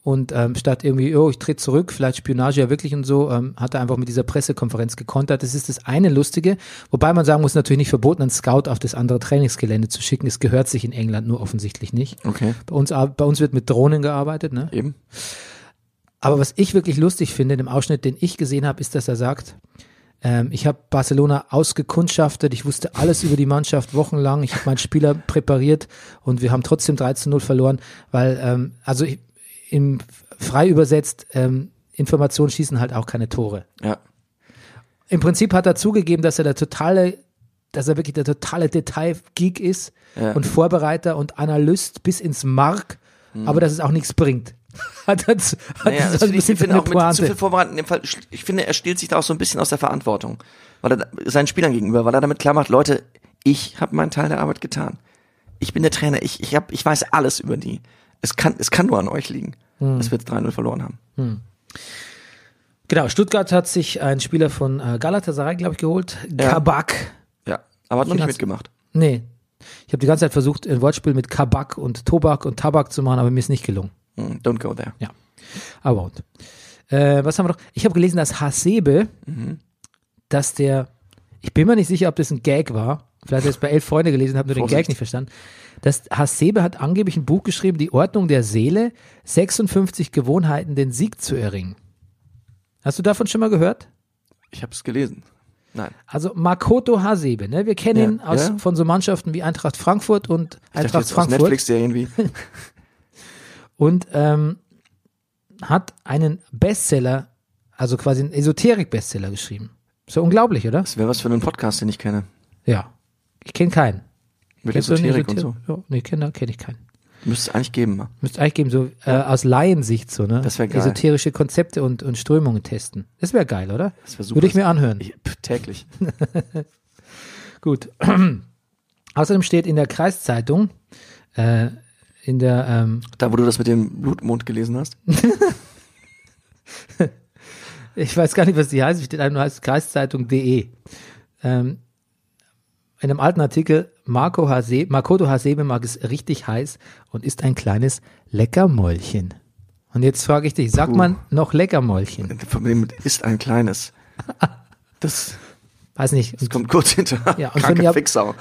Und statt irgendwie, ich trete zurück, vielleicht Spionage ja wirklich und so, hat er einfach mit dieser Pressekonferenz gekontert. Das ist das eine Lustige, wobei man sagen muss, natürlich nicht verboten, einen Scout auf das andere Trainingsgelände zu schicken. Es gehört sich in England nur offensichtlich nicht. Okay. Bei uns wird mit Drohnen gearbeitet, ne? Eben. Aber was ich wirklich lustig finde, in dem Ausschnitt, den ich gesehen habe, ist, dass er sagt, ich habe Barcelona ausgekundschaftet, ich wusste alles über die Mannschaft wochenlang, ich habe meinen Spieler präpariert und wir haben trotzdem 3-0 verloren, weil, im frei übersetzt, Informationen schießen halt auch keine Tore. Ja. Im Prinzip hat er zugegeben, dass er wirklich der totale Detailgeek ist und Vorbereiter und Analyst bis ins Mark, aber dass es auch nichts bringt. Ich finde auch mit zu viel Vorbereitung, in dem Fall, ich finde, er stiehlt sich da auch so ein bisschen aus der Verantwortung, weil er seinen Spielern gegenüber, weil er damit klar macht, Leute, ich habe meinen Teil der Arbeit getan. Ich bin der Trainer, ich weiß alles über die. Es kann nur an euch liegen, dass wir jetzt 3-0 verloren haben. Genau, Stuttgart hat sich einen Spieler von Galatasaray, glaube ich, geholt. Kabak. Ja, aber hat noch nicht mitgemacht. Nee. Ich habe die ganze Zeit versucht, ein Wortspiel mit Kabak und Tobak und Tabak zu machen, aber mir ist nicht gelungen. Don't go there. Ja, aber und. Was haben wir noch? Ich habe gelesen, dass Hasebe, dass ich bin mir nicht sicher, ob das ein Gag war, vielleicht habe ich es bei 11 Freunde gelesen, habe nur den Gag nicht verstanden, dass Hasebe hat angeblich ein Buch geschrieben, Die Ordnung der Seele, 56 Gewohnheiten, den Sieg zu erringen. Hast du davon schon mal gehört? Ich habe es gelesen. Nein. Also Makoto Hasebe, ne? Wir kennen ihn von so Mannschaften wie Eintracht Frankfurt und Eintracht Frankfurt. Aus Netflix-Serien wie. Und hat einen Bestseller, also quasi einen Esoterik-Bestseller geschrieben. Ist ja unglaublich, oder? Das wäre was für einen Podcast, den ich kenne. Ja. Ich kenne keinen. Mit Esoterik und so. Ja, nee, kenn ich keinen. Müsste es eigentlich geben, mal. Müsste eigentlich geben, so aus Laiensicht so, ne? Das wäre geil. Esoterische Konzepte und Strömungen testen. Das wäre geil, oder? Das wäre super. Würde ich mir anhören. Täglich. Gut. Außerdem steht in der Kreiszeitung, da, wo du das mit dem Blutmond gelesen hast? Ich weiß gar nicht, was die heißt. Steht nur heißt Kreiszeitung.de. In einem alten Artikel, Makoto Hasebe mag es richtig heiß und ist ein kleines Leckermäulchen. Und jetzt frage ich dich, sagt man noch Leckermäulchen? Von dem ist ein kleines. Das weiß nicht. Das kommt kurz hinter. Ja, kranke Fixau.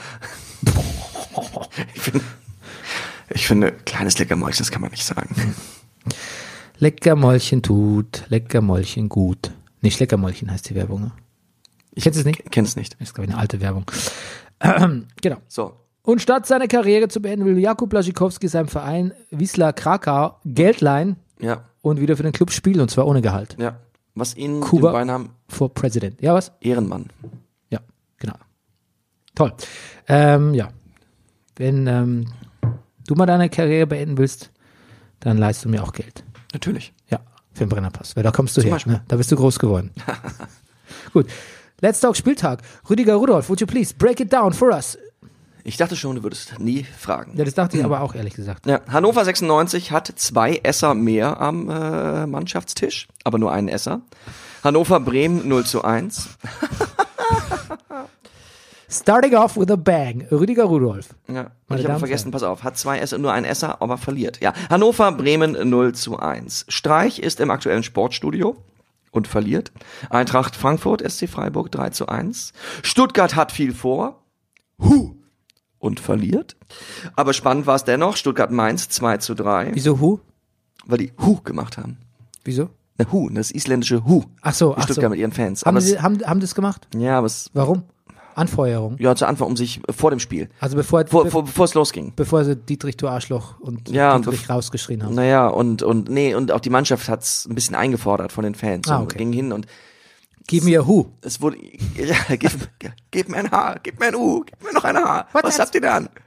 Ich finde, kleines Leckermäulchen, das kann man nicht sagen. Leckermäulchen tut, Leckermäulchen gut. Nicht Leckermäulchen heißt die Werbung. Ne? Kennst du es nicht? Kenn's nicht. Das ist, glaube ich, eine alte Werbung. Genau. So. Und statt seine Karriere zu beenden, will Jakub Błaszczykowski seinem Verein Wisła Krakau Geld leihen und wieder für den Club spielen, und zwar ohne Gehalt. Ja. Was ihn Kuba den Beinamen for President. Ja, was? Ehrenmann. Ja, genau. Toll. Ja. Wenn du mal deine Karriere beenden willst, dann leihst du mir auch Geld. Natürlich. Ja, für den Brennerpass. Weil da kommst du Zum her. Beispiel. Ne? Da bist du groß geworden. Gut. Let's Talk Spieltag. Rüdiger Rudolph, would you please break it down for us? Ich dachte schon, du würdest nie fragen. Ja, das dachte ich aber auch, ehrlich gesagt. Ja, Hannover 96 hat 2 Esser mehr am Mannschaftstisch, aber nur einen Esser. Hannover Bremen 0:1. Starting off with a bang. Rüdiger Rudolph. Ja, und ich habe vergessen, pass auf, hat 2 Esser, nur ein Esser, aber verliert. Ja, Hannover Bremen 0:1. Streich ist im aktuellen Sportstudio und verliert. Eintracht Frankfurt, SC Freiburg 3:1. Stuttgart hat viel vor. Und verliert. Aber spannend war es dennoch. Stuttgart-Mainz 2:3. Wieso Hu? Weil die gemacht haben. Wieso? Das isländische Hu. Ach so. Die Stuttgart mit ihren Fans. Haben das gemacht? Ja, aber es... Warum? Anfeuerung? Ja, zur Anfang sich vor dem Spiel. Also bevor es losging. Bevor sie Dietrich, du Arschloch und Dietrich rausgeschrien haben. Naja, und auch die Mannschaft hat's ein bisschen eingefordert von den Fans. Okay. Und ging hin und... Gib mir Hu. Es wurde... Ja, gib mir ein Haar, gib mir ein U, gib mir noch ein Haar. Was habt ihr da an?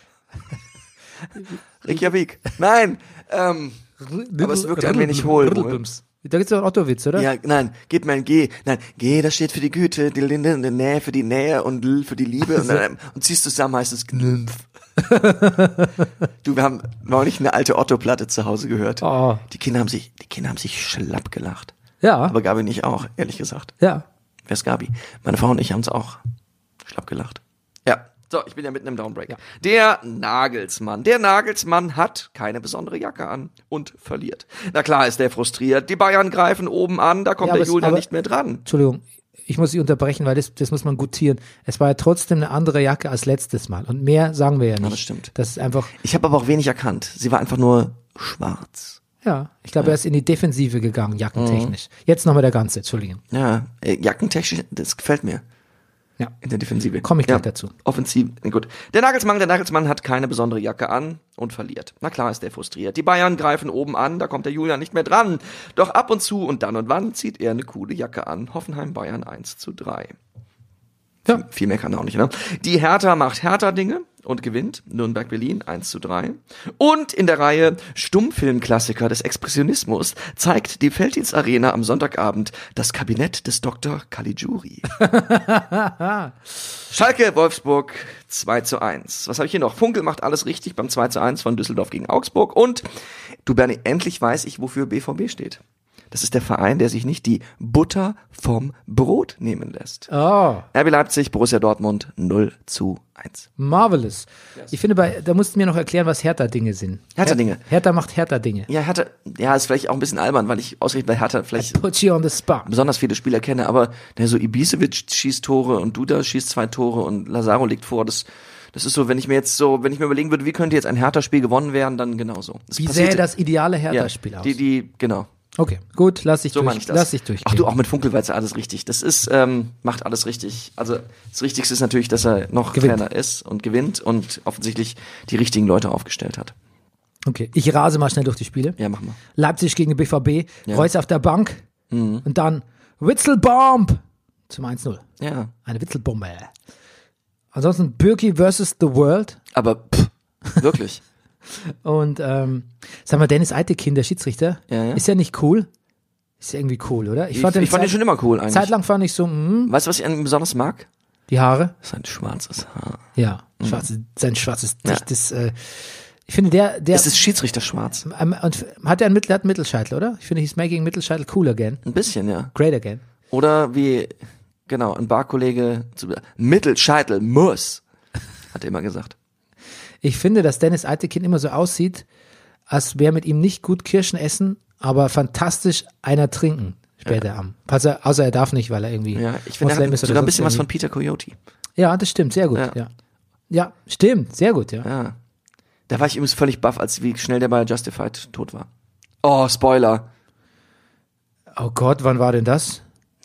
Reykjavik. Nein, aber es wirkt ein wenig hohl. Da gibt's doch einen Otto-Witz, oder? Ja, nein, gib mir ein G. Nein, G, das steht für die Güte, die Nähe für die Nähe und L für die Liebe. Und ziehst zusammen heißt es Gnümpf. Du, wir haben neulich eine alte Otto-Platte zu Hause gehört. Oh. Die Kinder haben sich schlapp gelacht. Ja. Aber Gabi und ich auch, ehrlich gesagt. Ja. Wer ist Gabi? Meine Frau und ich haben uns auch schlapp gelacht. Ja. So, ich bin ja mitten im Downbreak. Ja. Der Nagelsmann hat keine besondere Jacke an und verliert. Na klar ist der frustriert. Die Bayern greifen oben an, da kommt der Julian nicht mehr dran. Entschuldigung, ich muss Sie unterbrechen, weil das muss man gutieren. Es war ja trotzdem eine andere Jacke als letztes Mal. Und mehr sagen wir ja nicht. Ja, das stimmt. Das ist einfach. Ich habe aber auch wenig erkannt. Sie war einfach nur schwarz. Ja, ich glaube, er ist in die Defensive gegangen, jackentechnisch. Jetzt nochmal der ganze, Entschuldigung. Ja, jackentechnisch, das gefällt mir. Ja. In der Defensive. Komme ich gleich dazu. Offensiv, gut. Der Nagelsmann hat keine besondere Jacke an und verliert. Na klar ist der frustriert. Die Bayern greifen oben an, da kommt der Julian nicht mehr dran. Doch ab und zu und dann und wann zieht er eine coole Jacke an. Hoffenheim Bayern 1:3. Ja. Viel mehr kann er auch nicht, ne? Die Hertha macht Hertha-Dinge und gewinnt. Nürnberg Berlin 1:3. Und in der Reihe Stummfilmklassiker des Expressionismus zeigt die Felddienst-Arena am Sonntagabend das Kabinett des Dr. Caligiuri. Schalke Wolfsburg 2:1. Was habe ich hier noch? Funkel macht alles richtig beim 2:1 von Düsseldorf gegen Augsburg. Und du Bernie, endlich weiß ich, wofür BVB steht. Das ist der Verein, der sich nicht die Butter vom Brot nehmen lässt. Oh. RB Leipzig, Borussia Dortmund 0:1. Marvelous. Yes. Ich finde, da musst du mir noch erklären, was Hertha-Dinge sind. Hertha-Dinge. Hertha macht Hertha-Dinge. Ja, ist vielleicht auch ein bisschen albern, weil ich ausgerechnet bei Hertha vielleicht put you on the spot. Besonders viele Spieler kenne, aber so Ibisevic schießt Tore und Duda schießt 2 Tore und Lazaro legt vor, das ist so, wenn ich mir überlegen würde, wie könnte jetzt ein Hertha-Spiel gewonnen werden, dann genauso. Wie sähe das ideale Hertha-Spiel aus? Genau. Okay, gut, lass ich durchgehen. Ach du, auch mit Funkel weiß alles richtig. Das ist, macht alles richtig. Also das Wichtigste ist natürlich, dass er noch Trainer ist und gewinnt und offensichtlich die richtigen Leute aufgestellt hat. Okay, ich rase mal schnell durch die Spiele. Ja, mach mal. Leipzig gegen BVB, Reus auf der Bank und dann Witzelbomb zum 1:0. Ja. Eine Witzelbombe. Ansonsten Bürki versus The World. Aber wirklich. Und sag mal, Dennis Eitekin, der Schiedsrichter, ist ja nicht cool. Ist ja irgendwie cool, oder? Ich fand den schon immer cool eigentlich. Zeitlang fand ich so, Weißt du, was ich an ihm besonders mag? Die Haare. Sein schwarzes Haar. Ja, sein schwarzes, dichtes, ich finde der es ist Schiedsrichter schwarz. Und hat er einen Mittelscheitel, oder? Ich finde, he's making Mittelscheitel cool again. Ein bisschen, ja. Great again. Oder wie, genau, ein Barkollege, Mittelscheitel muss, hat er immer gesagt. Ich finde, dass Dennis Eitekin immer so aussieht, als wäre mit ihm nicht gut Kirschen essen, aber fantastisch einer trinken später am. Außer er darf nicht, weil er irgendwie ich finde, er hat sogar ein bisschen was von Peter Coyote. Ja, das stimmt, sehr gut. Ja, stimmt, sehr gut, ja. Da war ich übrigens völlig baff, wie schnell der bei Justified tot war. Oh, Spoiler. Oh Gott, wann war denn das?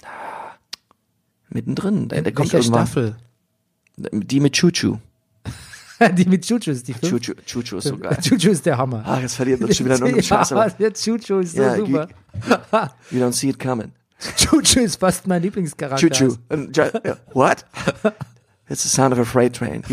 Mittendrin. Der kommt irgendwann. Staffel? Die mit Chuchu. Die mit Chuchu ist die 5. Chuchu ist so geil. Chuchu ist der Hammer. Jetzt verliert uns schon wieder nur Scheiße. Ja, der Chuchu ist so super. You don't see it coming. Chuchu ist fast mein Lieblingscharakter. Chuchu. What? It's the sound of a freight train.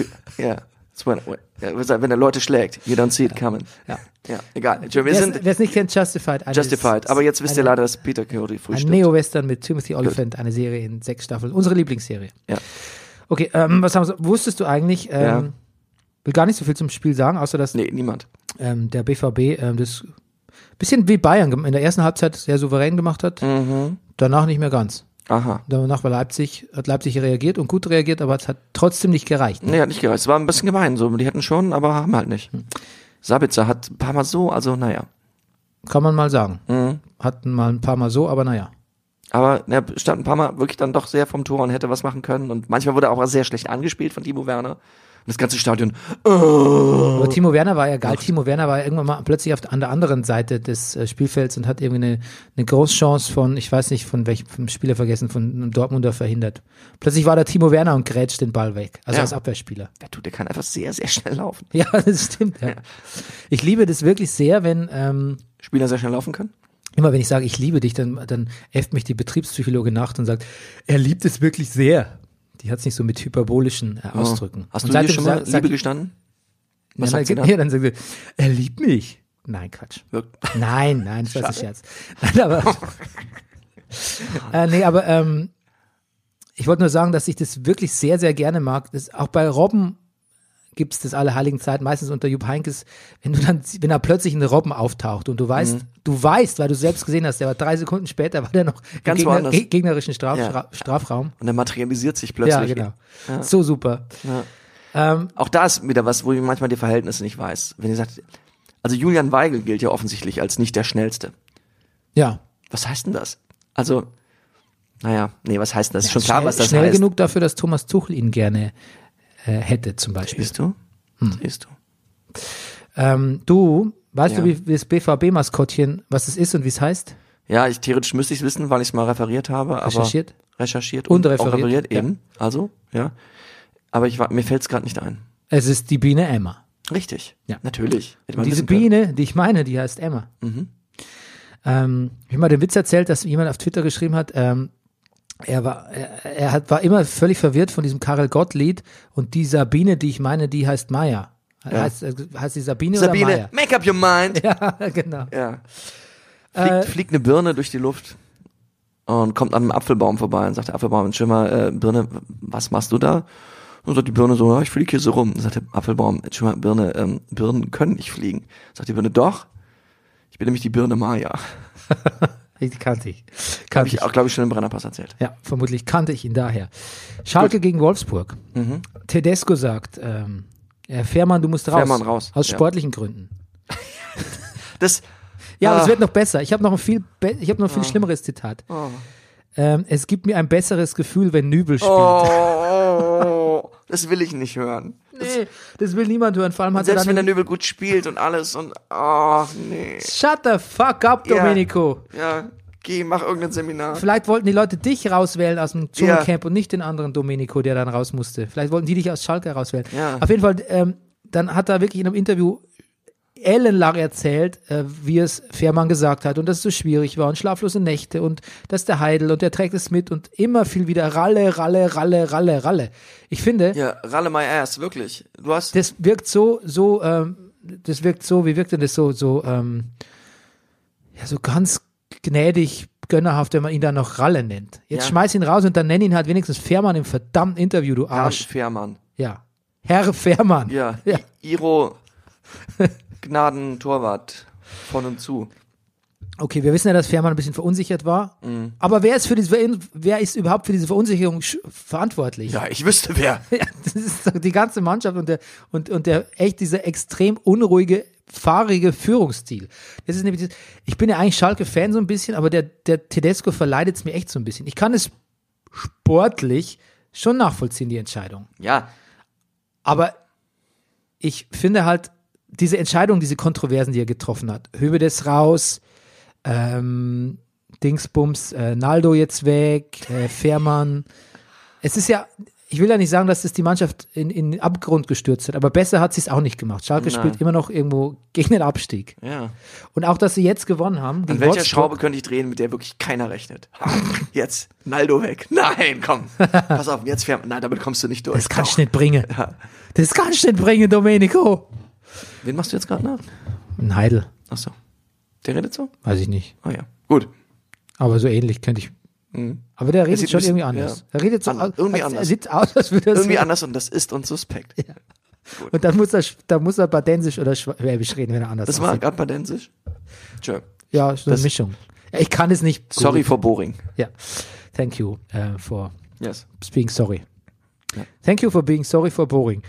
Wenn er Leute schlägt. You don't see it coming. Ja, egal. Wer es nicht kennt, Justified. Aber jetzt wisst ihr leider, dass Peter Coyote früh stirbt. Ein Neo-Western mit Timothy Olyphant, eine Serie in 6 Staffeln. Unsere Lieblingsserie. Ja. Okay, was haben wir? Wusstest du eigentlich, will gar nicht so viel zum Spiel sagen, außer dass niemand. Der BVB das bisschen wie Bayern in der ersten Halbzeit sehr souverän gemacht hat, danach nicht mehr ganz. Aha. Danach hat Leipzig reagiert und gut reagiert, aber es hat trotzdem nicht gereicht. Nee, hat nicht gereicht. Es war ein bisschen gemein. So, die hätten schon, aber haben halt nicht. Sabitzer hat ein paar Mal so, also naja. Kann man mal sagen. Hatten mal ein paar Mal so, aber naja. Aber er stand ein paar Mal wirklich dann doch sehr vom Tor und hätte was machen können. Und manchmal wurde er auch sehr schlecht angespielt von Timo Werner. Und das ganze Stadion. Aber Timo Werner war ja geil. Timo Werner war ja irgendwann mal plötzlich an der anderen Seite des Spielfelds und hat irgendwie eine Großchance von, ich weiß nicht von welchem Spieler vergessen, von einem Dortmunder verhindert. Plötzlich war da Timo Werner und grätscht den Ball weg. Also als Abwehrspieler. Der kann einfach sehr, sehr schnell laufen. Ja, das stimmt. Ja. Ich liebe das wirklich sehr, wenn Spieler sehr schnell laufen können. Immer wenn ich sage, ich liebe dich, dann äfft mich die Betriebspsychologe nach und sagt, er liebt es wirklich sehr. Die hat es nicht so mit hyperbolischen Ausdrücken. Hast du dir schon mal Liebe gestanden? Was sagt sie dann? Ja, dann sagt sie, er liebt mich. Nein, Quatsch. Nein, das war ein Scherz. Nein, aber ich wollte nur sagen, dass ich das wirklich sehr, sehr gerne mag. Auch bei Robben gibt es das alle heiligen Zeiten, meistens unter Jupp Heynckes, wenn da plötzlich ein Robben auftaucht und du weißt, weil du selbst gesehen hast, der war 3 Sekunden später, war der noch ganz im gegnerischen Strafraum. Und der materialisiert sich plötzlich. Ja, genau. Ja. So super. Auch da ist wieder was, wo ich manchmal die Verhältnisse nicht weiß. Wenn ihr sagt, also Julian Weigl gilt ja offensichtlich als nicht der Schnellste. Ja. Was heißt denn das? Also, was heißt denn das? Ist schon klar, was das schnell heißt. genug dafür, dass Thomas Tuchel ihn gerne hätte, zum Beispiel. Siehst du? Siehst du. Du, weißt du, wie das BVB-Maskottchen, was es ist und wie es heißt? Ja, theoretisch müsste ich es wissen, weil ich es mal referiert habe. Recherchiert und auch referiert, referiert ja. eben. Also, ja. Aber mir fällt es gerade nicht ein. Es ist die Biene Emma. Richtig. Ja. Natürlich. Hätte man Diese wissen können. Biene, die ich meine, die heißt Emma. Mhm. Ich habe mal den Witz erzählt, dass jemand auf Twitter geschrieben hat, er war immer völlig verwirrt von diesem Karel Gott-Lied und die Sabine, die ich meine, die heißt Maya. Ja. Heißt die Sabine oder Maya? Sabine, make up your mind. Ja, genau. Ja. Fliegt eine Birne durch die Luft und kommt an einem Apfelbaum vorbei und sagt der Apfelbaum, Schimmer, Birne, was machst du da? Und sagt die Birne so, ja, ich fliege hier so rum. Und sagt der Apfelbaum, Schimmer, Birne, Birnen können nicht fliegen. Sagt die Birne, doch, ich bin nämlich die Birne Maya. Die kannte ich. Habe ich auch, glaube ich, schon im Brennerpass erzählt. Ja, vermutlich kannte ich ihn daher. Schalke gegen Wolfsburg. Tedesco sagt, Fährmann, du musst raus. Fährmann raus. Aus Ja. sportlichen Gründen. Das, Ja, aber es Ah. wird noch besser. Ich habe noch ein viel schlimmeres Zitat. Es gibt mir ein besseres Gefühl, wenn Nübel spielt. das will ich nicht hören. Nee, das will niemand hören. Vor allem hat er Selbst wenn der dann... Nübel gut spielt und alles und, nee. Shut the fuck up, Ja. Domenico. Ja, geh, mach irgendein Seminar. Vielleicht wollten die Leute dich rauswählen aus dem Dschungelcamp und nicht den anderen Domenico, der dann raus musste. Vielleicht wollten die dich aus Schalke rauswählen. Ja. Auf jeden Fall, dann hat er wirklich in einem Interview ellenlang erzählt, wie es Fährmann gesagt hat und dass es so schwierig war und schlaflose Nächte und dass der Heidel und der trägt es mit und immer viel wieder Ralle. Ich finde, Ja, ralle my ass, wirklich. Du hast, das wirkt wie wirkt denn das so ganz gnädig, gönnerhaft, wenn man ihn dann noch Ralle nennt. Jetzt Ja. schmeiß ihn raus und dann nenn ihn halt wenigstens Fährmann im verdammten Interview, du Herr Arsch. Fährmann. Ja. Herr Fährmann. Ja, Ja. Iro Gnadentorwart von und zu. Okay, wir wissen ja, dass Fährmann ein bisschen verunsichert war. Aber wer ist überhaupt für diese Verunsicherung verantwortlich? Ja, ich wüsste wer. Ja, das ist doch die ganze Mannschaft und der echt dieser extrem unruhige, fahrige Führungsstil. Das ist nämlich ich bin ja eigentlich Schalke-Fan so ein bisschen, aber der Tedesco verleidet es mir echt so ein bisschen. Ich kann es sportlich schon nachvollziehen, die Entscheidung. Ja, Aber ich finde halt, diese Entscheidung, diese Kontroversen, die er getroffen hat, Höwedes raus, Dingsbums, Naldo jetzt weg, Fährmann. Es ist ja, ich will ja nicht sagen, dass das die Mannschaft in den Abgrund gestürzt hat, aber besser hat sie es auch nicht gemacht. Schalke Nein. spielt immer noch irgendwo gegen den Abstieg. ja. Und auch, dass sie jetzt gewonnen haben. An gegen welcher Wolfsburg. Schraube könnte ich drehen, mit der wirklich keiner rechnet? Ha, jetzt, Naldo weg. Nein, komm. Pass auf, jetzt Fährmann. Nein, damit kommst du nicht durch. Das kannst du nicht bringen. Ja. Das kannst du nicht bringen, Domenico. Wen machst du jetzt gerade nach? Ein Heidel, Achso. Der redet so? weiß ich nicht. Ah ja, gut. Aber so ähnlich könnte ich. Aber der redet sieht schon ein bisschen- irgendwie anders. ja. Er redet so Irgendwie er anders. sieht aus, als würde er Irgendwie so. anders und das ist uns suspekt. Und dann muss er Badensisch oder Schwäbisch reden, wenn er anders Das war aussieht. gerade badensisch. Tschö. Ja, so eine das- Mischung. Ja, ich kann es nicht. Sorry gut. for boring. Ja. Thank you for Yes. being sorry. Ja. Thank you for being sorry for boring.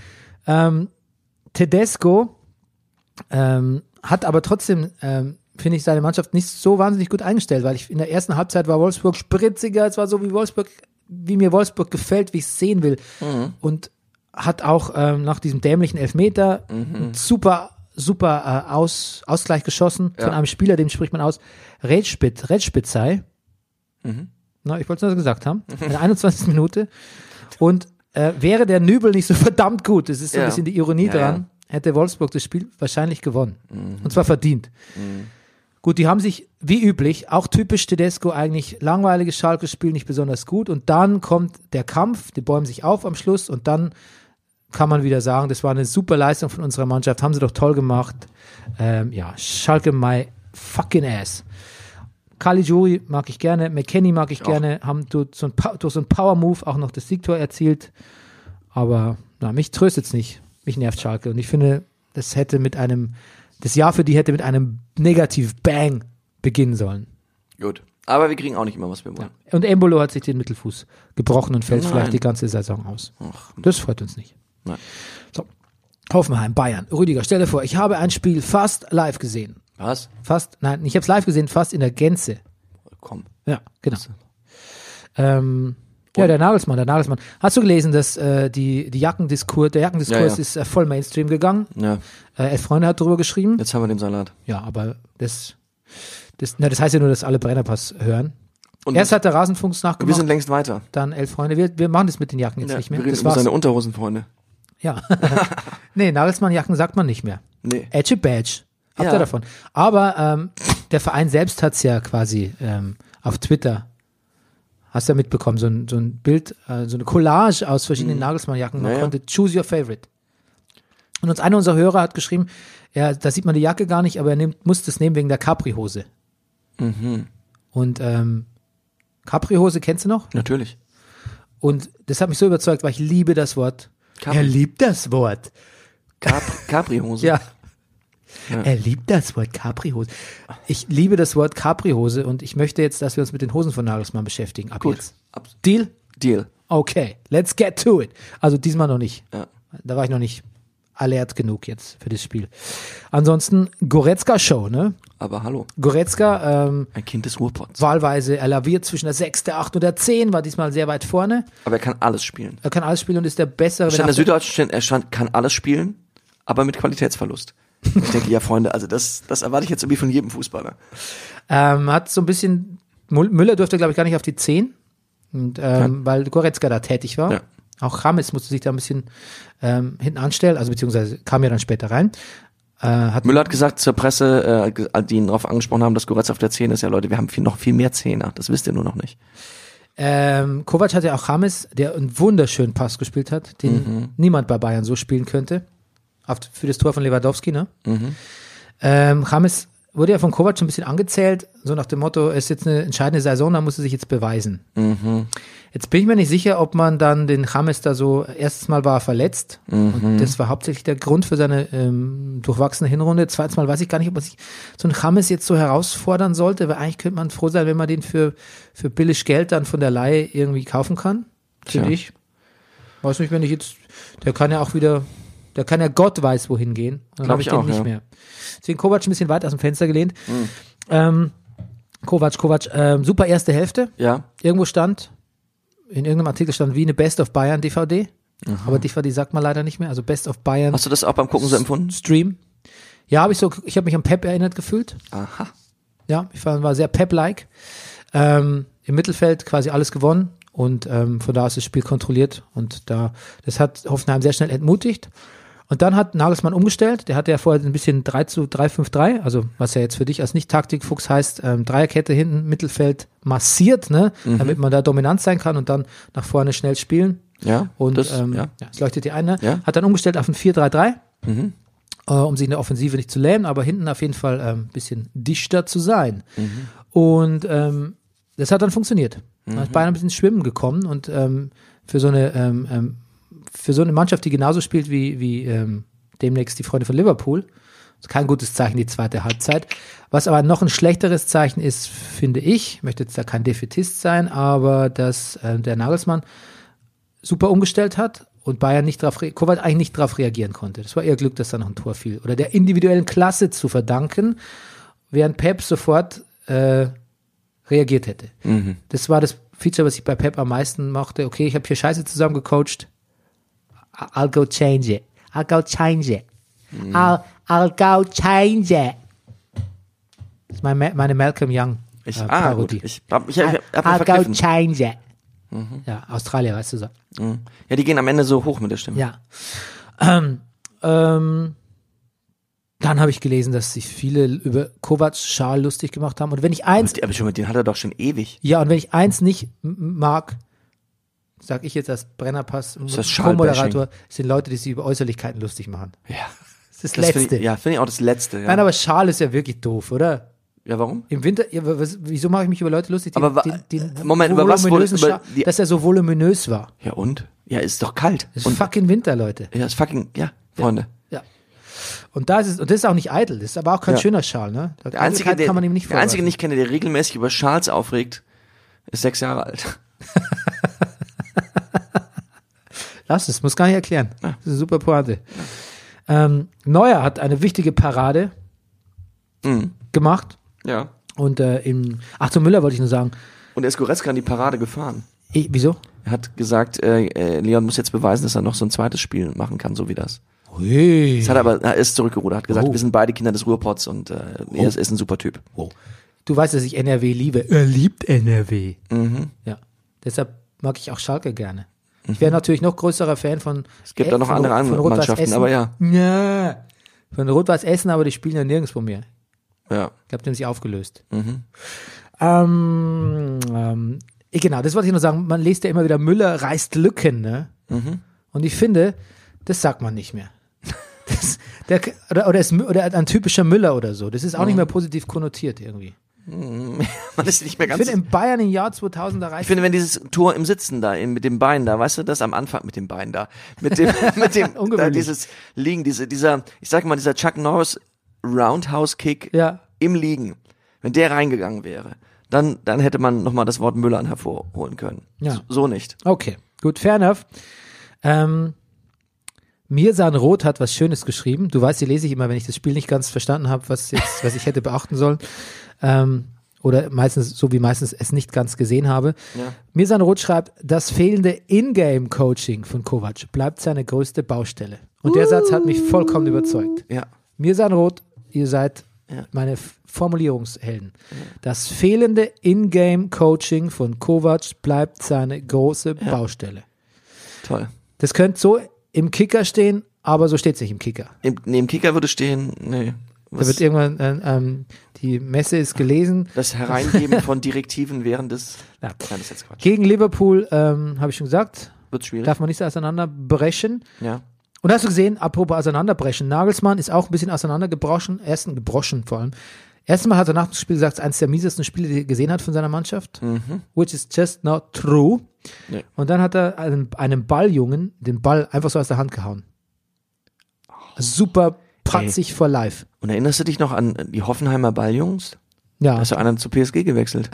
Tedesco hat aber trotzdem, finde ich, seine Mannschaft nicht so wahnsinnig gut eingestellt, weil in der ersten Halbzeit war Wolfsburg spritziger, es war so wie mir Wolfsburg gefällt, wie ich es sehen will. Und hat auch nach diesem dämlichen Elfmeter einen super Ausgleich geschossen von einem Spieler, dem spricht man aus, Redspitzei. Na, ich wollte es nur gesagt haben. In der 21. Minute. Und wäre der Nübel nicht so verdammt gut, das ist so ein Ja. bisschen die Ironie Ja, dran, hätte Wolfsburg das Spiel wahrscheinlich gewonnen. Und zwar verdient. Gut, die haben sich, wie üblich, auch typisch Tedesco, eigentlich langweiliges Schalke-Spiel, nicht besonders gut. Und dann kommt der Kampf, die bäumen sich auf am Schluss und dann kann man wieder sagen, das war eine super Leistung von unserer Mannschaft, haben sie doch toll gemacht. Ja, Schalke my fucking ass. Caligiuri mag ich gerne, McKennie mag ich gerne, haben durch so ein Power-Move auch noch das Siegtor erzielt. Aber na, mich tröstet es nicht. Mich nervt Schalke. Und ich finde, das Jahr für die hätte mit einem Negativ-Bang beginnen sollen. Gut. Aber wir kriegen auch nicht immer, was wir wollen. Und Embolo hat sich den Mittelfuß gebrochen und fällt Nein. vielleicht die ganze Saison aus. Das freut uns nicht. Nein. So. Hoffenheim, Bayern. Rüdiger, stell dir vor, ich habe ein Spiel fast live gesehen. Was? Nein, ich habe es live gesehen, fast in der Gänze. Komm. Ja, genau. Ja, der Nagelsmann. Hast du gelesen, dass der Jackendiskurs ist voll Mainstream gegangen? Ja. 11 Freunde hat darüber geschrieben. Jetzt haben wir den Salat. Ja, aber das heißt ja nur, dass alle Brennerpass hören. Und Erst hat der Rasenfunk es wir nachgemacht, sind längst weiter. dann 11 Freunde. Wir machen das mit den Jacken jetzt nicht mehr. Wir reden Das über war's. seine Unterhosenfreunde. Ja. Nee, Nagelsmann-Jacken sagt man nicht mehr. Nee. Edge Badge. Habt Ja. ihr davon. Aber der Verein selbst hat es ja quasi auf Twitter, hast du ja mitbekommen, so ein Bild, so eine Collage aus verschiedenen Nagelsmann-Jacken. Man Naja. konnte choose your favorite. Und einer unserer Hörer hat geschrieben, ja, da sieht man die Jacke gar nicht, aber er muss das nehmen wegen der Capri-Hose. Und Capri-Hose kennst du noch? Natürlich. Und das hat mich so überzeugt, weil ich liebe das Wort. Er liebt das Wort. Capri-Hose. Ja. Er liebt das Wort Capri-Hose. Ich liebe das Wort Capri-Hose und ich möchte jetzt, dass wir uns mit den Hosen von Nagelsmann beschäftigen. Ab Gut. jetzt. Deal? Deal. Okay, let's get to it. Also diesmal noch nicht. Ja. Da war ich noch nicht alert genug jetzt für das Spiel. Ansonsten Goretzka-Show, ne? Aber hallo. Goretzka, Ein Kind des Ruhrpots. wahlweise, er laviert zwischen der 6., 8. und der 10, war diesmal sehr weit vorne. Aber er kann alles spielen. Er kann alles spielen und ist der Bessere. Stand in der Süddeutschen, kann alles spielen, aber mit Qualitätsverlust. Ich denke, ja, Freunde, also das erwarte ich jetzt irgendwie von jedem Fußballer. Hat so ein bisschen, Müller durfte, glaube ich, gar nicht auf die 10, und, weil Goretzka da tätig war. Ja. Auch Rames musste sich da ein bisschen hinten anstellen, also beziehungsweise kam ja dann später rein. Müller hat gesagt zur Presse, die ihn darauf angesprochen haben, dass Goretzka auf der 10 ist, ja Leute, wir haben noch viel mehr Zehner, das wisst ihr nur noch nicht. Kovac hatte auch Rames, der einen wunderschönen Pass gespielt hat, den niemand bei Bayern so spielen könnte. Für das Tor von Lewandowski, ne? Rames wurde ja von Kovac ein bisschen angezählt, so nach dem Motto, es ist jetzt eine entscheidende Saison, da muss er sich jetzt beweisen. Jetzt bin ich mir nicht sicher, ob man dann den Rames da so, erstes Mal war er verletzt und das war hauptsächlich der Grund für seine durchwachsene Hinrunde. Zweites Mal weiß ich gar nicht, ob man sich so einen Rames jetzt so herausfordern sollte, weil eigentlich könnte man froh sein, wenn man den für billig Geld dann von der Leihe irgendwie kaufen kann, finde ich. Weiß nicht, wenn ich jetzt, der kann ja Gott weiß wohin gehen. Dann habe ich den auch, nicht ja. mehr. Deswegen Kovac ein bisschen weit aus dem Fenster gelehnt. Kovac, super erste Hälfte. Ja. Irgendwo in irgendeinem Artikel stand wie eine Best of Bayern DVD. Aber DVD sagt man leider nicht mehr. Also Best of Bayern Hast du das auch beim Gucken so empfunden? Stream. Ja, ich habe mich an Pep erinnert gefühlt. Aha. Ja, war sehr Pep-like. Im Mittelfeld quasi alles gewonnen und von da ist das Spiel kontrolliert und das hat Hoffenheim sehr schnell entmutigt. Und dann hat Nagelsmann umgestellt. Der hatte ja vorher ein bisschen 3-2-3-5-3, also was ja jetzt für dich als Nicht-Taktikfuchs heißt, Dreierkette hinten, Mittelfeld massiert, ne, damit man da dominant sein kann und dann nach vorne schnell spielen. Ja. Und das leuchtet dir ein, ne? Ja. Hat dann umgestellt auf ein 4-3-3, um sich in der Offensive nicht zu lähmen, aber hinten auf jeden Fall ein bisschen dichter zu sein. Und das hat dann funktioniert. Da ist Bayern ein bisschen ins Schwimmen gekommen und für so eine Mannschaft, die genauso spielt wie demnächst die Freunde von Liverpool, ist kein gutes Zeichen, die zweite Halbzeit. Was aber noch ein schlechteres Zeichen ist, finde ich möchte jetzt da kein Defätist sein, aber dass der Nagelsmann super umgestellt hat und Bayern Kovac eigentlich nicht darauf reagieren konnte. Das war eher Glück, dass da noch ein Tor fiel. Oder der individuellen Klasse zu verdanken, während Pep sofort reagiert hätte. Das war das Feature, was ich bei Pep am meisten mochte. Okay, ich habe hier Scheiße zusammen gecoacht. I'll go change it. I'll go change it. I'll go change it. Das ist meine Malcolm Young Parodie. Gut. Ich hab I'll go vergriffen. change it. Ja, Australier, weißt du so. Ja, die gehen am Ende so hoch mit der Stimme. Ja. Dann habe ich gelesen, dass sich viele über Kovac Schal lustig gemacht haben. Und wenn ich eins, Aber schon, den hat er doch schon ewig. ja, und wenn ich eins nicht mag, sag ich jetzt als Brennerpass, das Co-Moderator, sind Leute, die sich über Äußerlichkeiten lustig machen. Ja. Das ist das Das Letzte. finde ich auch das Letzte. Ja. Nein, aber Schal ist ja wirklich doof, oder? Ja, warum? Im Winter, ja, wieso mache ich mich über Leute lustig, die, Aber Moment, über was voluminösen über Schal, dass er so voluminös war. Ja, und? Ja, ist doch kalt. Das ist Und, fucking Winter, Leute. ja, ist fucking, Freunde. Ja. Und das ist auch nicht eitel, das ist aber auch kein Ja. schöner Schal, ne? Der Einzige, Eitelkeit kann man ihm nicht den vorwerfen. ich kenne, der regelmäßig über Schals aufregt, ist 6 Jahre alt. Lass es, muss gar nicht erklären. Das ist eine super Pointe. Neuer hat eine wichtige Parade gemacht. Ja. Und zu Müller wollte ich nur sagen. Und er ist Goretzka in die Parade gefahren. Wieso? Er hat gesagt, Leon muss jetzt beweisen, dass er noch so ein zweites Spiel machen kann, so wie das. Ui. Das hat er ist zurückgerudert, hat gesagt, Oh. wir sind beide Kinder des Ruhrpots und er ist ein super Typ. Wow. Du weißt, dass ich NRW liebe. Er liebt NRW. Ja. Deshalb mag ich auch Schalke gerne. Ich wäre natürlich noch größerer Fan von. Es gibt da noch andere Rot-Weiß Mannschaften, Essen. aber ja. Ja. Von Rot-Weiß Essen, aber die spielen ja nirgendwo mehr. Ja. Ich glaube, die haben sich aufgelöst. Genau, das wollte ich nur sagen. Man liest ja immer wieder, Müller reißt Lücken, ne? Und ich finde, das sagt man nicht mehr. Oder ein typischer Müller oder so. Das ist auch nicht mehr positiv konnotiert irgendwie. Man ist nicht mehr Ich ganz. finde, in Bayern im Jahr 2000 da reißt. Ich finde, wenn dieses Tor im Sitzen da, mit dem Bein da, weißt du, das am Anfang, mit dem Bein da, mit dem da, Ungewöhnlich. dieses Liegen, dieser, ich sag mal, dieser Chuck Norris Roundhouse-Kick Ja. im Liegen, wenn der reingegangen wäre, dann hätte man nochmal das Wort Müllern hervorholen können. Ja. So nicht. Okay, gut, fair enough. Mirsan Roth hat was Schönes geschrieben. Du weißt, die lese ich immer, wenn ich das Spiel nicht ganz verstanden habe, was ich hätte beachten sollen. Oder meistens es nicht ganz gesehen habe. Ja. Mirsan Roth schreibt, das fehlende Ingame-Coaching von Kovac bleibt seine größte Baustelle. Und der Satz hat mich vollkommen überzeugt. Ja. Mirsan Roth, ihr seid Ja. meine Formulierungshelden. Das fehlende Ingame-Coaching von Kovac bleibt seine große Baustelle. Toll. Das könnte so im Kicker stehen, aber so steht es nicht im Kicker. Im Kicker würde stehen, nee. Da wird irgendwann, die Messe ist gelesen. Das Hereingeben von Direktiven während des, Ja. nein, das ist jetzt Quatsch. Gegen Liverpool, habe ich schon gesagt, Wird schwierig. darf man nicht so auseinanderbrechen. Ja. Und hast du gesehen, apropos auseinanderbrechen, Nagelsmann ist auch ein bisschen auseinandergebrochen, gebrochen vor allem. Erstmal hat er nach dem Spiel gesagt, es ist eines der miesesten Spiele, die er gesehen hat von seiner Mannschaft. Which is just not true. Nee. Und dann hat er einem Balljungen den Ball einfach so aus der Hand gehauen. Super pratzig for life. Und erinnerst du dich noch an die Hoffenheimer Balljungs? Ja, Da ist ja einer zu PSG gewechselt.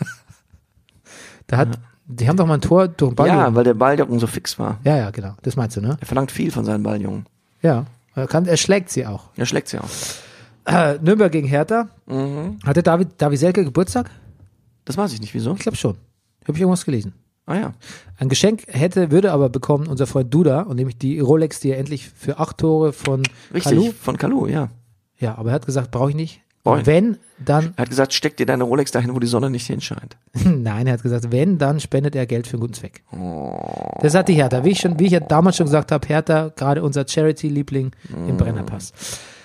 die haben doch mal ein Tor durch den Balljungen. Ja, weil der Balljungen so fix war. Ja, genau. Das meinst du, ne? Er verlangt viel von seinen Balljungen. Ja. Er schlägt sie auch. Er schlägt sie auch. Nürnberg gegen Hertha. Hatte David Selke Geburtstag? Das weiß ich nicht, wieso? Ich glaube schon. Habe ich irgendwas gelesen. Ah ja. Ein Geschenk würde aber bekommen unser Freund Duda, und nämlich die Rolex, die er endlich für 8 Tore von Richtig, Kalou. von Kalou, ja. Ja, aber er hat gesagt, brauche ich nicht. Brauch- Wenn, dann, Er hat gesagt, steck dir deine Rolex dahin, wo die Sonne nicht hinscheint. nein, er hat gesagt, wenn, dann spendet er Geld für einen guten Zweck. Oh. Das hat die Hertha. Wie ich ja damals schon gesagt habe, Hertha, gerade unser Charity-Liebling im Brennerpass.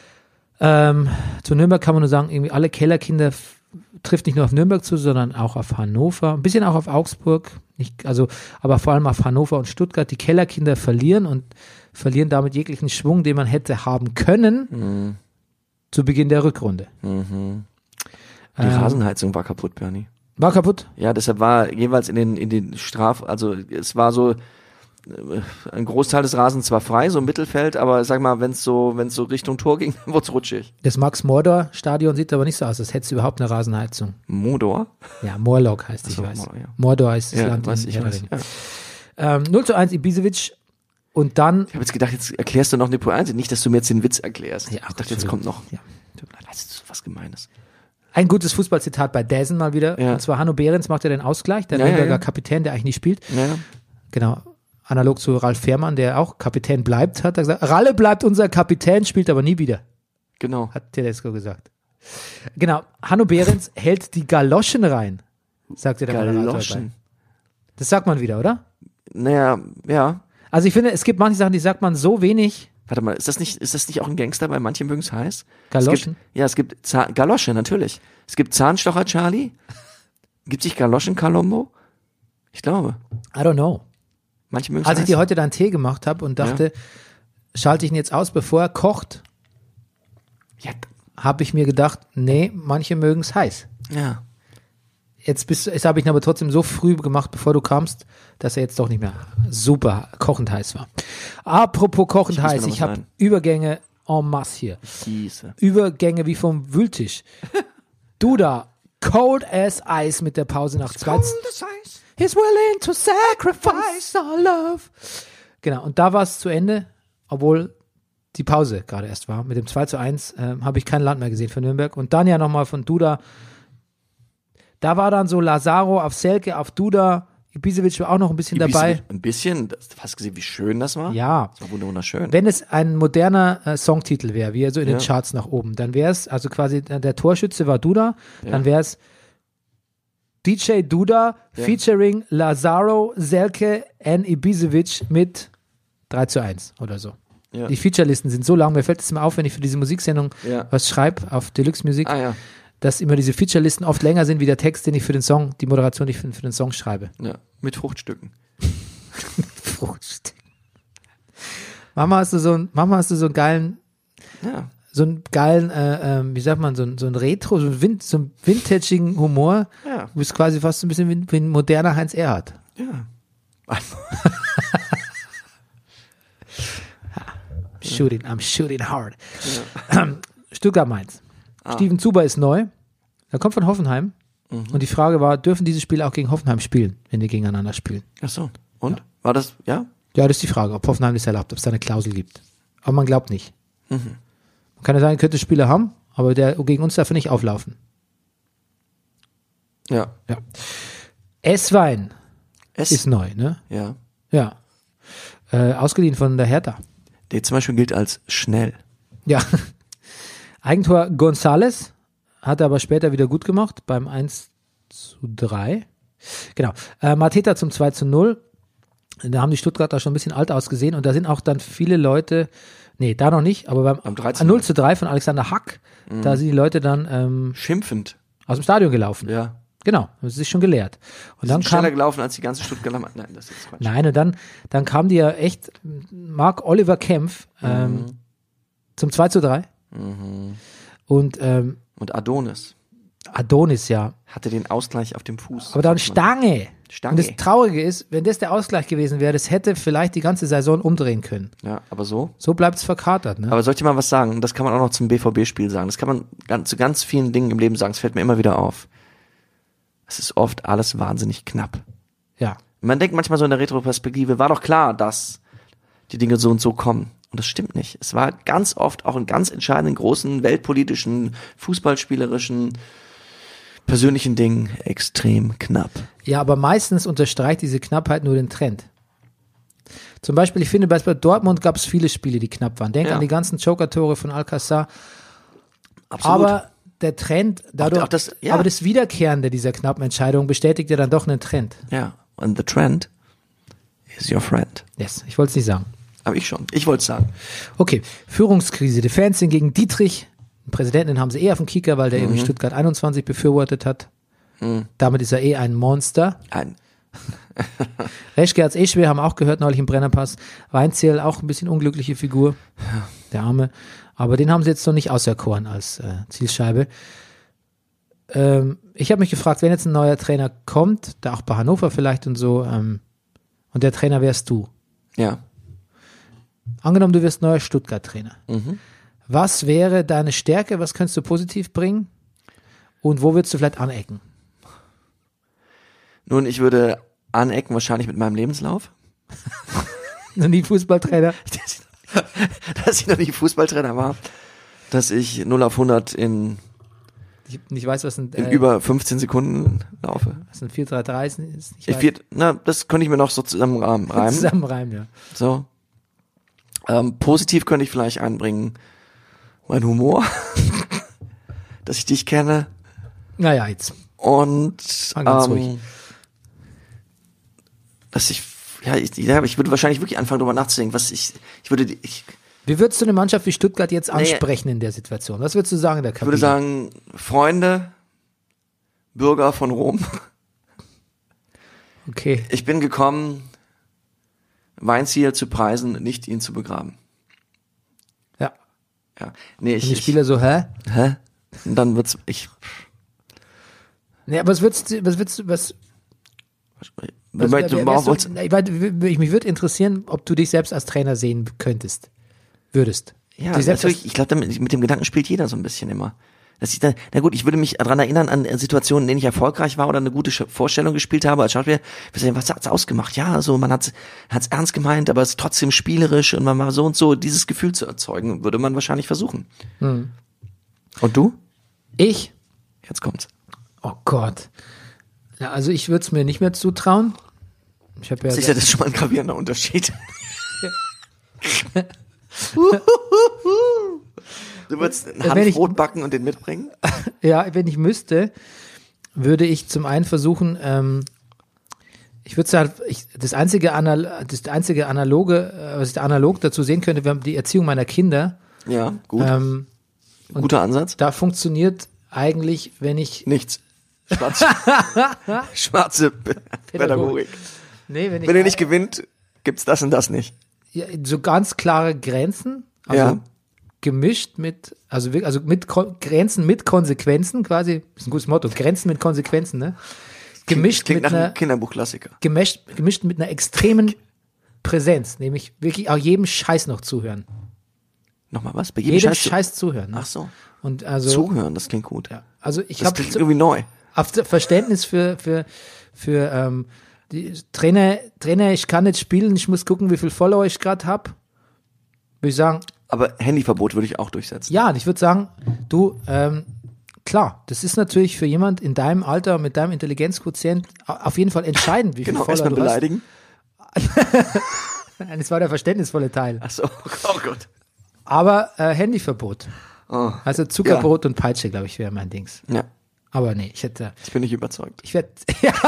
Zu Nürnberg kann man nur sagen, irgendwie alle Kellerkinder trifft nicht nur auf Nürnberg zu, sondern auch auf Hannover, ein bisschen auch auf Augsburg, aber vor allem auf Hannover und Stuttgart. Die Kellerkinder verlieren damit jeglichen Schwung, den man hätte haben können zu Beginn der Rückrunde. Die Rasenheizung war kaputt, Bernie. War kaputt? Ja, deshalb war jeweils in den also es war so ein Großteil des Rasens zwar frei, so im Mittelfeld, aber sag mal, wenn es so Richtung Tor ging, dann wurde es rutschig. Das Max-Mordor-Stadion sieht aber nicht so aus, als hätte es überhaupt eine Rasenheizung. Modor? Ja, Morlock heißt, ich Ach so, weiß. Mordor, ja. Mordor heißt das Ja, Land weiß in ich. Herr der Weiß. Ringe. Ja. 0:1 Ibisevic und dann Ich habe jetzt gedacht, jetzt erklärst du noch eine Pointe, nicht, dass du mir jetzt den Witz erklärst. Ja, ich dachte, jetzt kommt noch. Ja. Das ist was Gemeines. ein gutes Fußballzitat bei Dazen mal wieder. Ja. Und zwar Hanno Behrens macht ja den Ausgleich, der Ja, Nürnberger ja. Kapitän, der eigentlich nicht spielt. Ja. Genau. Analog zu Ralf Fährmann, der auch Kapitän bleibt, hat er gesagt. Ralle bleibt unser Kapitän, spielt aber nie wieder, Genau. hat Tedesco gesagt. Genau. Hanno Behrens hält die Galoschen rein, sagte der Moderator dabei. Galoschen. Das sagt man wieder, oder? Naja, ja. Also ich finde, es gibt manche Sachen, die sagt man so wenig. Warte mal, ist das nicht auch ein Gangster, bei manchen mögen es heiß? Galoschen? Es gibt Galosche, natürlich. Es gibt Zahnstocher Charlie. Gibt sich Galoschen Colombo? Ich glaube. I don't know. Manche mögen es Als ich heiß. dir heute deinen Tee gemacht habe und dachte, schalte ich ihn jetzt aus, bevor er kocht, Ja, habe ich mir gedacht, nee, manche mögen es heiß. ja. Jetzt habe ich ihn aber trotzdem so früh gemacht, bevor du kamst, dass er jetzt doch nicht mehr super kochend heiß war. Apropos kochend Ich muss mir heiß, noch ich was habe rein. Übergänge en masse hier. Diese. Übergänge wie vom Wühltisch. Duda, cold as ice mit der Pause nach 2. He's willing to sacrifice our love. Genau, und da war es zu Ende, obwohl die Pause gerade erst war. Mit dem 2:1 habe ich kein Land mehr gesehen für Nürnberg. Und dann ja nochmal von Duda. Da war dann so Lazaro auf Selke, auf Duda. Ibisevic war auch noch ein bisschen dabei. Ein bisschen, hast du gesehen, wie schön das war? Ja. Das war wunderschön. Wenn es ein moderner Songtitel wäre, wie er so in den Ja. Charts nach oben, dann wäre es, also quasi der Torschütze war Duda, dann wäre es DJ Duda featuring Lazaro, Selke and Ibisevic mit 3:1 oder so. Ja. Die Featurelisten sind so lang, mir fällt es immer auf, wenn ich für diese Musiksendung was schreibe auf Deluxe Musik, dass immer diese Featurelisten oft länger sind wie der Text, den ich für den Song, die Moderation, die ich für den Song schreibe. Ja, mit Fruchtstücken. Fruchtstück. Mama, hast du so einen geilen, Ja. wie sagt man, so ein Retro, so einen vintagigen Humor. Ja. Du bist quasi fast so ein bisschen wie ein moderner Heinz Erhardt. Ja. I'm shooting hard. Stuttgart Mainz. Steven Zuber ist neu. Er kommt von Hoffenheim. Und die Frage war, dürfen diese Spieler auch gegen Hoffenheim spielen, wenn die gegeneinander spielen? Ach so. Und? War das, ja? Ja, das ist die Frage, ob Hoffenheim das erlaubt, ob es da eine Klausel gibt. Aber man glaubt nicht. Man kann ja sagen, könnte Spieler haben, aber der gegen uns darf er nicht auflaufen. Ja. Ja. Esswein ist neu, ne? Ja. Ja. Ausgeliehen von der Hertha. Der zum Beispiel gilt als schnell. Ja. Eigentor González hat er aber später wieder gut gemacht beim 1:3. Genau. Mateta zum 2:0. Da haben die Stuttgarter schon ein bisschen alt ausgesehen und da sind auch dann viele Leute, nee, da noch nicht, aber beim 0:3 von Alexander Hack, da sind die Leute dann schimpfend aus dem Stadion gelaufen. Ja. Genau, haben sie sich schon gelehrt. Und dann schneller gelaufen als die ganze Stuttgarter. Nein, das ist Quatsch. Nein, und dann kam die ja echt Marc-Oliver Kempf zum 2:3. Und Adonis ja. hatte den Ausgleich auf dem Fuß. Aber dann Stange. Stange. Und das Traurige ist, wenn das der Ausgleich gewesen wäre, das hätte vielleicht die ganze Saison umdrehen können. Ja, aber so. So bleibt es verkatert, ne? Aber soll ich dir mal was sagen? Das kann man auch noch zum BVB-Spiel sagen. Das kann man zu ganz vielen Dingen im Leben sagen. Es fällt mir immer wieder auf. Es ist oft alles wahnsinnig knapp. Ja. Man denkt manchmal so in der Retroperspektive, war doch klar, dass die Dinge so und so kommen. Und das stimmt nicht. Es war ganz oft auch in ganz entscheidenden, großen, weltpolitischen, fußballspielerischen, persönlichen Dingen extrem knapp. Ja, aber meistens unterstreicht diese Knappheit nur den Trend. Zum Beispiel, ich finde, bei Dortmund gab es viele Spiele, die knapp waren. Denk an die ganzen Joker-Tore von Alcázar. Absolut. Aber der Trend, dadurch, aber das Wiederkehrende dieser knappen Entscheidung bestätigt ja dann doch einen Trend. Ja, and the trend is your friend. Yes, ich wollte es nicht sagen. Aber ich schon. Ich wollte es sagen. Okay, Führungskrise. Die Fans sind gegen Dietrich. Den Präsidenten den haben sie auf dem Kicker, weil der irgendwie Stuttgart 21 befürwortet hat. Damit ist er ein Monster. Reschke hat's schwer, haben auch gehört neulich im Brennerpass. Weinzierl auch ein bisschen unglückliche Figur. Der Arme. Aber den haben sie jetzt noch nicht auserkoren als Zielscheibe. Ich habe mich gefragt, wenn jetzt ein neuer Trainer kommt, da auch bei Hannover vielleicht und so, und der Trainer wärst du. Ja. Angenommen, du wirst neuer Stuttgart-Trainer. Was wäre deine Stärke? Was könntest du positiv bringen? Und wo würdest du vielleicht anecken? Nun, ich würde anecken wahrscheinlich mit meinem Lebenslauf. Noch nie Fußballtrainer. Dass ich noch nie Fußballtrainer war. Dass ich 0 auf 100 in weiß, was ein über 15 Sekunden laufe. Was ein 4-3-3 ist. Das könnte ich mir noch so zusammenreimen. Zusammenreimen, ja. So. Positiv könnte ich vielleicht einbringen mein Humor. Dass ich dich kenne. Naja, jetzt. Und ruhig. Dass ich würde wahrscheinlich wirklich anfangen, darüber nachzudenken, Wie würdest du eine Mannschaft wie Stuttgart jetzt ansprechen in der Situation? Was würdest du sagen, der Kabine? Ich würde sagen, Freunde, Bürger von Rom. Okay. Ich bin gekommen, Weinzierl zu preisen, nicht ihn zu begraben. Ja. Ja. Und die Spieler so, hä? Und dann wird's, Nee, aber mich würde interessieren, ob du dich selbst als Trainer sehen würdest. Ja, natürlich. Ich glaube, mit dem Gedanken spielt jeder so ein bisschen immer. dass ich da, na gut, ich würde mich daran erinnern an Situationen, in denen ich erfolgreich war oder eine gute Vorstellung gespielt habe als Schauspieler. Was hat's ausgemacht? Ja, also man hat's ernst gemeint, aber es ist trotzdem spielerisch und man war so und so. Dieses Gefühl zu erzeugen, würde man wahrscheinlich versuchen. Und du? Ich? Jetzt kommt's. Oh Gott. Ja, also ich würde es mir nicht mehr zutrauen. Ich habe ja Sicher, das ist schon mal ein gravierender Unterschied. Du würdest einen Hanfbrot backen und den mitbringen? Ja, wenn ich müsste, würde ich zum einen versuchen, ich würde sagen, das einzige Analoge, was ich da analog dazu sehen könnte, wäre die Erziehung meiner Kinder. Ja, gut. Guter Ansatz. Da funktioniert eigentlich, wenn ich... Nichts. Schwarze Pädagogik. Nee, wenn ihr nicht gewinnt, gibt's das und das nicht. Ja, so ganz klare Grenzen, also gemischt mit, Grenzen mit Konsequenzen quasi, das ist ein gutes Motto, Grenzen mit Konsequenzen, ne? Gemischt Klingt mit nach einem Kinderbuchklassiker. Gemischt mit einer extremen Präsenz, nämlich wirklich auch jedem Scheiß noch zuhören. Nochmal was? Bei jedem Scheiß zuhören. Ne? Ach so. Und also, zuhören, das klingt gut. Ja, also das klingt irgendwie neu. Auf Verständnis für die Trainer, ich kann nicht spielen, ich muss gucken, wie viel Follower ich gerade habe. Würde ich sagen. Aber Handyverbot würde ich auch durchsetzen. Ja, und ich würde sagen, du, klar, das ist natürlich für jemand in deinem Alter mit deinem Intelligenzquotient auf jeden Fall entscheidend, wie viel Follower erstmal du beleidigen. Nein, das war der verständnisvolle Teil. Ach so, oh Gott. Aber Handyverbot. Oh. Also Zuckerbrot und Peitsche, glaube ich, wäre mein Dings. Ja. Aber nee, ich bin nicht überzeugt. Ich wäre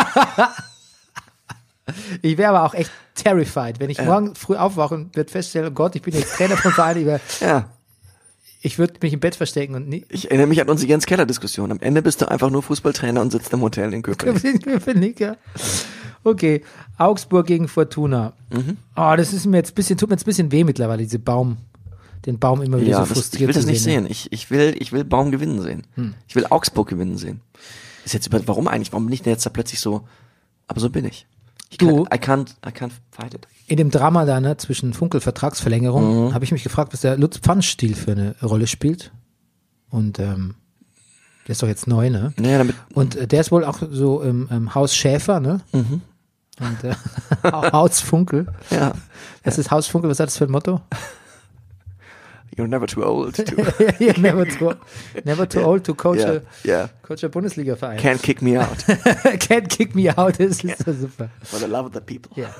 aber auch echt terrified, wenn ich morgen früh aufwache und werde feststellen, oh Gott, ich bin jetzt Trainer vom Verein. Ich würde mich im Bett verstecken und nie. Ich erinnere mich an unsere Jens Keller-Diskussion. Am Ende bist du einfach nur Fußballtrainer und sitzt im Hotel in Köpenick. Ja. Okay, Augsburg gegen Fortuna. Oh, das ist mir jetzt tut mir jetzt ein bisschen weh mittlerweile, den Baum immer wieder so frustriert. Ich will das nicht sehen. Ich will Baum gewinnen sehen. Ich will Augsburg gewinnen sehen. Ist jetzt warum eigentlich? Warum bin ich denn jetzt da plötzlich so? Aber so bin ich. I can't fight it. In dem Drama da, ne, zwischen Funkel-Vertragsverlängerung, habe ich mich gefragt, was der Lutz Pfannstiel für eine Rolle spielt. Und der ist doch jetzt neu, ne? Ja, und der ist wohl auch so im Haus Schäfer, ne? Und Haus Funkel. Ja. Das ist Haus Funkel, was hat das für ein Motto? You're never too old to. You're never too old to coach coach a Bundesliga-Verein. Can't kick me out. Can't kick me out, das ist so super. For the love of the people. Yeah.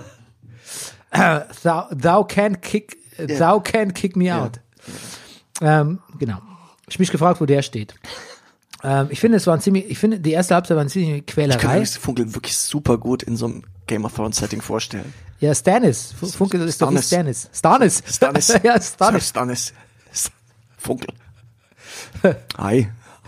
Thou can't kick me out. Genau. Ich habe mich gefragt, wo der steht. Ich finde, die erste Halbzeit war eine ziemliche Quälerei. Ich kann mir Funkel wirklich super gut in so einem Game of Thrones Setting vorstellen. Ja, Stannis. Funkel ist doch wie Stannis. Stannis. Ja, Stannis. Stannis. Funkel. Hi.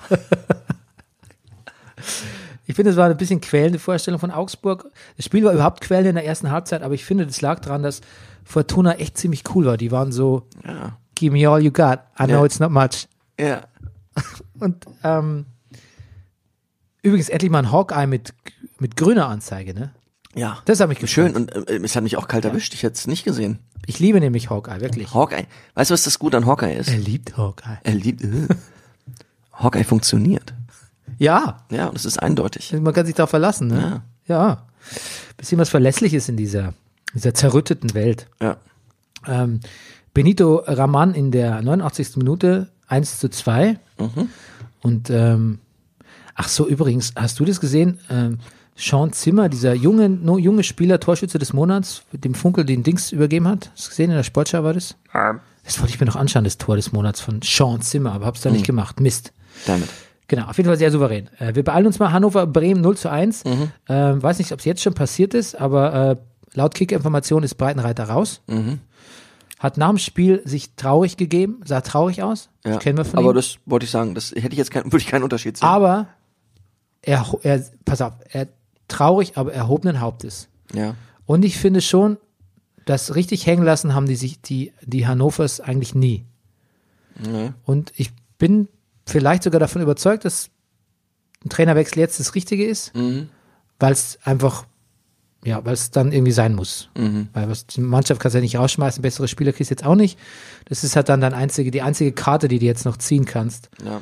Ich finde, es war eine bisschen quälende Vorstellung von Augsburg. Das Spiel war überhaupt quälend in der ersten Halbzeit, aber ich finde, das lag daran, dass Fortuna echt ziemlich cool war. Die waren so, give me all you got. I know it's not much. Ja. Und übrigens endlich mal ein Hawkeye mit grüner Anzeige, ne? Ja. Das hat mich gefreut. Schön und es hat mich auch kalt erwischt. Ich hätte es nicht gesehen. Ich liebe nämlich Hawkeye, wirklich. Hawkeye. Weißt du, was das Gute an Hawkeye ist? Er liebt Hawkeye. Hawkeye funktioniert. Ja. Ja, und es ist eindeutig. Man kann sich darauf verlassen, ne? Ja. Bisschen was Verlässliches in dieser zerrütteten Welt. Ja. Benito Raman in der 89. Minute 1:2. Und ach so, übrigens, hast du das gesehen? Sean Zimmer, dieser junge Spieler, Torschütze des Monats, dem Funkel den Dings übergeben hat. Hast du gesehen, in der Sportschau war das? Das wollte ich mir noch anschauen, das Tor des Monats von Sean Zimmer, aber hab's dann nicht gemacht. Mist. Damit. Genau, auf jeden Fall sehr souverän. Wir beeilen uns mal. Hannover-Bremen 0:1. Weiß nicht, ob es jetzt schon passiert ist, aber laut Kicker-Information ist Breitenreiter raus. Hat nach dem Spiel sich traurig gegeben, sah traurig aus. Ja, das kennen wir von aber ihm. das wollte ich sagen, das hätte ich jetzt würde ich keinen Unterschied sehen. Aber pass auf, er traurig, aber erhobenen Hauptes. Ja. Und ich finde schon, das richtig hängen lassen haben die Hannovers eigentlich nie. Nee. Und ich bin vielleicht sogar davon überzeugt, dass ein Trainerwechsel jetzt das Richtige ist, weil es einfach, weil es dann irgendwie sein muss. Weil die Mannschaft kannst du ja nicht rausschmeißen, bessere Spieler kriegst du jetzt auch nicht. Das ist halt dann die einzige Karte, die du jetzt noch ziehen kannst. Ja.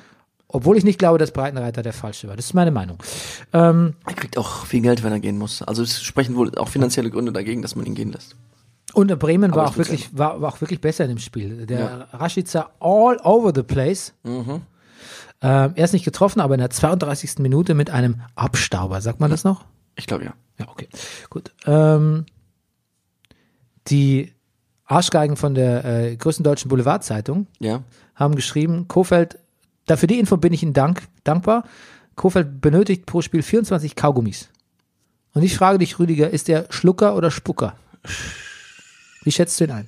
Obwohl ich nicht glaube, dass Breitenreiter der Falsche war. Das ist meine Meinung. Er kriegt auch viel Geld, wenn er gehen muss. Also es sprechen wohl auch finanzielle Gründe dagegen, dass man ihn gehen lässt. Und Bremen Aber war das auch, wird's wirklich, war auch wirklich besser in dem Spiel. Der Rashica all over the place. Er ist nicht getroffen, aber in der 32. Minute mit einem Abstauber. Sagt man das noch? Ich glaube ja. Ja, okay. Gut. Die Arschgeigen von der größten deutschen Boulevardzeitung Ja. haben geschrieben, Kohfeldt, für die Info bin ich Ihnen dankbar. Kohfeldt benötigt pro Spiel 24 Kaugummis. Und ich frage dich, Rüdiger, ist der Schlucker oder Spucker? Wie schätzt du ihn ein?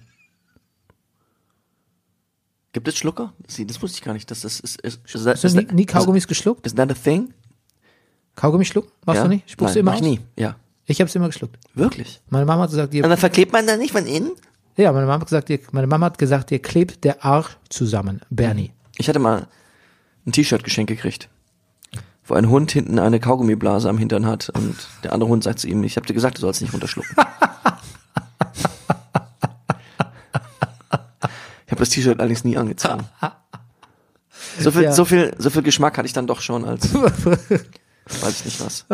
Gibt es Schlucker? Das wusste ich gar nicht. Ist Hast du nie Kaugummis geschluckt? Is that a thing? Kaugummi schlucken? Machst ja? du nicht? Spuckst Nein, du immer mach ich aus? nie. Ja. Ich habe es immer geschluckt. Wirklich? Meine Mama hat gesagt, Und dann verklebt man da nicht von innen? ja, meine Mama hat gesagt, dir klebt der Arsch zusammen, Bernie. Ich hatte mal ein T-Shirt geschenkt gekriegt, wo ein Hund hinten eine Kaugummiblase am Hintern hat und der andere Hund sagt zu ihm, ich habe dir gesagt, du sollst nicht runterschlucken. Ich habe das T-Shirt allerdings nie angezogen. So viel Geschmack hatte ich dann doch schon als, weiß ich nicht was.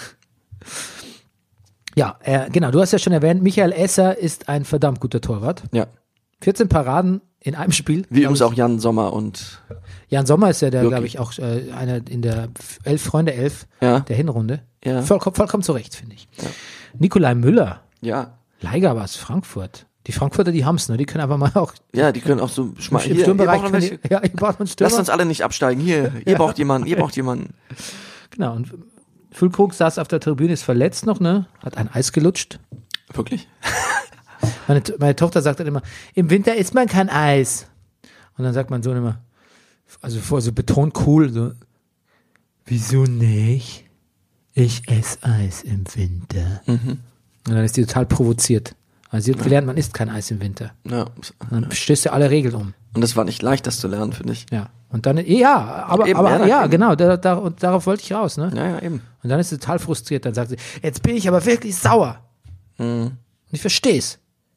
Ja, genau, du hast ja schon erwähnt, Michael Esser ist ein verdammt guter Torwart. Ja. 14 Paraden in einem Spiel. Wie übrigens auch Jan Sommer und Jan Sommer ist ja der, Wirklich? glaube ich, auch einer in der Freunde 11 Ja. der Hinrunde. Ja. Vollkommen zurecht, finde ich. Ja. Nikolai Müller, ja. Leihgabe aus Frankfurt. Die Frankfurter, die haben's, ne? Die können einfach mal auch Ja, die können auch so im Sturmbereich. Ihr braucht einen Stürmer. Lasst uns alle nicht absteigen. Hier, ihr braucht jemanden. Genau, und Füllkrug saß auf der Tribüne, ist verletzt noch, ne? Hat ein Eis gelutscht. Wirklich? Meine Tochter sagt dann immer, im Winter isst man kein Eis. Und dann sagt mein Sohn immer, also so betont cool, so, wieso nicht? Ich esse Eis im Winter. Und dann ist die total provoziert. Also sie hat gelernt, man isst kein Eis im Winter. Ja. Dann stößt du alle Regeln um. Und das war nicht leicht, das zu lernen, finde ich. Ja. Und dann, aber Eben, ja, eben. genau, und darauf wollte ich raus, ne? Ja, eben. Und dann ist sie total frustriert, dann sagt sie, jetzt bin ich aber wirklich sauer. Und ich versteh's.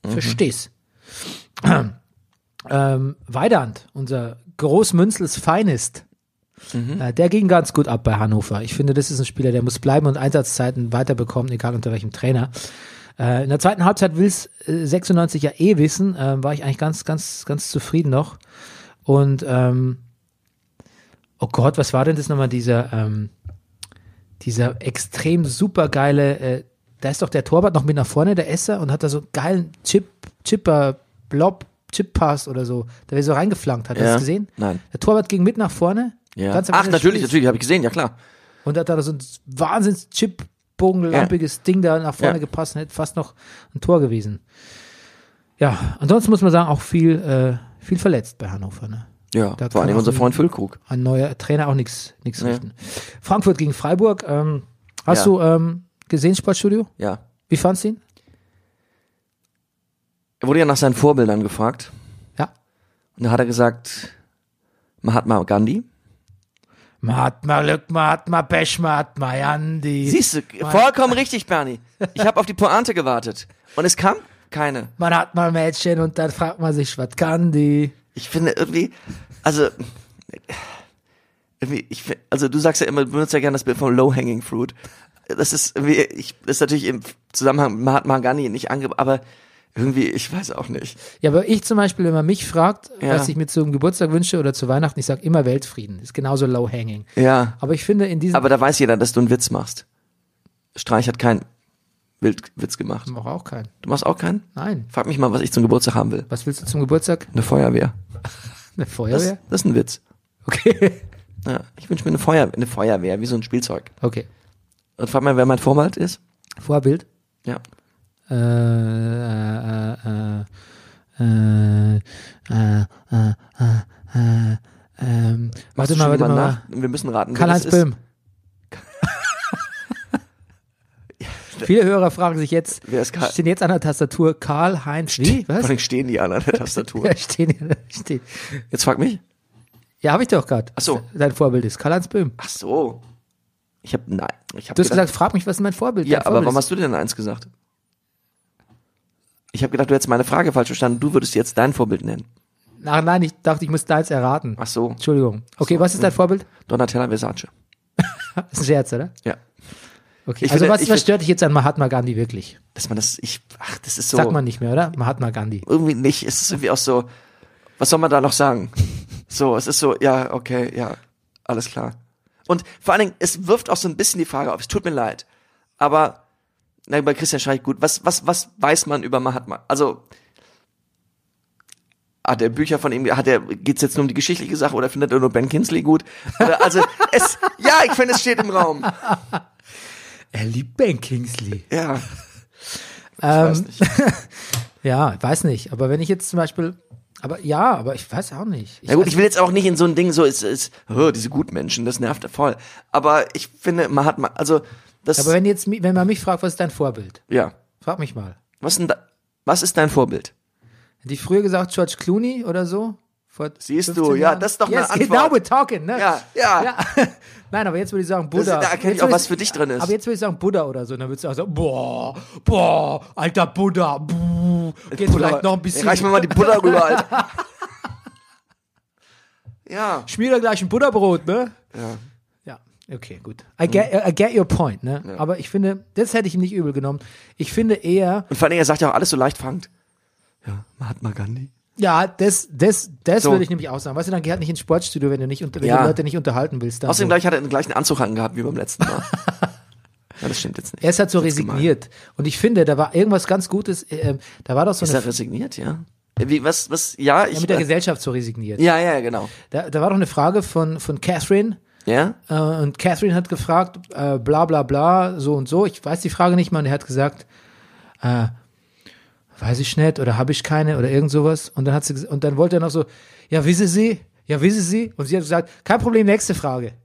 Weidand, unser Großmünzels Feinist, der ging ganz gut ab bei Hannover. Ich finde, das ist ein Spieler, der muss bleiben und Einsatzzeiten weiterbekommen, egal unter welchem Trainer. In der zweiten Halbzeit will's 96 ja wissen, war ich eigentlich ganz zufrieden noch. Und oh Gott, was war denn das nochmal, dieser extrem supergeile, da ist doch der Torwart noch mit nach vorne, der Esser, und hat da so einen geilen Chip-Pass oder so, da wird so reingeflankt. Hat er das gesehen? Nein. Der Torwart ging mit nach vorne. Ja. Ganz am Ach, Ende des natürlich, Spiels. habe ich gesehen, ja klar. Und hat da so ein Wahnsinns-Chip-Bogenlampiges Ding da nach vorne gepasst und hätte fast noch ein Tor gewesen. Ja, ansonsten muss man sagen, auch viel verletzt bei Hannover, ne? Ja, Da vor kann allem auch unser Freund Füllkrug. ein neuer Trainer auch nichts richten. Frankfurt gegen Freiburg. Hast Ja. du gesehen, Sportstudio? Ja. Wie fandst du ihn? Er wurde ja nach seinen Vorbildern gefragt. Ja. Und da hat er gesagt, Mahatma Gandhi. Mahatma Glück, Mahatma Pech, Mahatma Gandhi. Siehst du, vollkommen richtig, Bernie. Ich habe auf die Pointe gewartet. Und es kam keine. Man hat mal Mädchen und dann fragt man sich, was kann die? Ich finde irgendwie, also du sagst ja immer, du benutzt ja gerne das Bild von Low-Hanging Fruit. Das ist irgendwie, das ist natürlich im Zusammenhang mit Mahatma Gandhi nicht aber irgendwie, ich weiß auch nicht. Ja, aber ich zum Beispiel, wenn man mich fragt, Ja. was ich mir zum Geburtstag wünsche oder zu Weihnachten, ich sage immer Weltfrieden. Ist genauso low-hanging. Ja, Aber ich finde in diesem... aber da weiß jeder, dass du einen Witz machst. Streich hat keinen Witz gemacht. Ich mache auch keinen. Du machst auch keinen? Nein. Frag mich mal, was ich zum Geburtstag haben will. Was willst du zum Geburtstag? Eine Feuerwehr. Eine Feuerwehr? Das ist ein Witz. Okay. Ja, ich wünsche mir eine Feuerwehr, wie so ein Spielzeug. Okay. Und frag mal, wer mein Vorbild ist. Vorbild? Ja. Warte mal. Wir müssen raten. wer Karl-Heinz das ist. Böhm. Viele Hörer fragen sich jetzt, Wer ist Karl? stehen jetzt an der Tastatur Karl-Heinz, wie? Vor Was? allem stehen die alle an der Tastatur. Ja, stehen. Jetzt frag mich. Ja, habe ich doch gerade. Ach so. Dein Vorbild ist Karl-Heinz Böhm. Ach so. Ich habe Du hast gesagt, frag mich, was ist mein Vorbild? ja, Dein aber Vorbild warum ist. hast du denn eins gesagt? Ich habe gedacht, du hättest meine Frage falsch verstanden. Du würdest jetzt dein Vorbild nennen. Nein, ich dachte, ich muss deins erraten. Ach so, Entschuldigung. Okay, was ist dein Vorbild? Donatella Versace. Das ist ein Scherz, oder? Ja. Okay, Ich also finde- was stört dich jetzt an Mahatma Gandhi wirklich? Dass man das ist so. Sagt man nicht mehr, oder? Mahatma Gandhi. Irgendwie nicht. Es ist irgendwie auch so, was soll man da noch sagen? So, es ist so, ja, okay, ja, alles klar. Und vor allen Dingen, es wirft auch so ein bisschen die Frage auf, es tut mir leid, aber, na, bei Christian Streich, gut, was weiß man über Mahatma? Also, hat er Bücher von ihm, geht's jetzt nur um die geschichtliche Sache oder findet er nur Ben Kingsley gut? Oder, also, ich finde, es steht im Raum. Er liebt Ben Kingsley. Ja. Ich weiß nicht. Ja, weiß nicht. Aber wenn ich jetzt zum Beispiel, aber ich weiß auch nicht. Na gut, ich will jetzt auch nicht in so ein Ding so, diese Gutmenschen, das nervt ja voll. Aber ich finde, Mahatma, also, das, Aber wenn man mich fragt, was ist dein Vorbild? ja. Frag mich mal. Was ist dein Vorbild? Hätte ich früher gesagt George Clooney oder so? Vor Siehst 15 du, ja, Jahren? das ist doch eine yes, Antwort. Now we're talking, ne? Ja. Nein, aber jetzt würde ich sagen Buddha. Da erkenne ich Jetzt auch, würde was für dich drin ist. Aber jetzt würde ich sagen Buddha oder so. Dann würdest du auch sagen, boah, alter Buddha. Geht vielleicht noch ein bisschen. Reich mir mal die Buddha rüber, Alter. Ja. Schmier da gleich ein Buddha-Brot, ne? Ja. Ja, okay, gut. I get your point, ne? Ja. Aber ich finde, das hätte ich ihm nicht übel genommen. Ich finde eher, Und vor allem, er sagt ja auch alles so leicht fangend. Ja, Mahatma Gandhi. ja, das So. würde ich nämlich auch sagen. Weißt du, dann geh halt nicht ins Sportstudio, wenn du Ja. die Leute nicht unterhalten willst. Dann Außerdem so. gleich hat er den gleichen Anzug angehabt wie beim letzten Mal. Ja, das stimmt jetzt nicht. Er ist halt so Das ist resigniert. Und ich finde, da war irgendwas ganz Gutes, da war doch so Ist eine, er resigniert, ja? Wie, was, ja, ja, mit der Gesellschaft so resigniert. ja, genau. Da war doch eine Frage von Catherine, Ja? und Catherine hat gefragt, bla bla bla, so und so. Ich weiß die Frage nicht mal und er hat gesagt, weiß ich nicht oder habe ich keine oder irgend sowas. Und dann und dann wollte er noch so, ja, wissen Sie? Und sie hat gesagt, kein Problem, nächste Frage.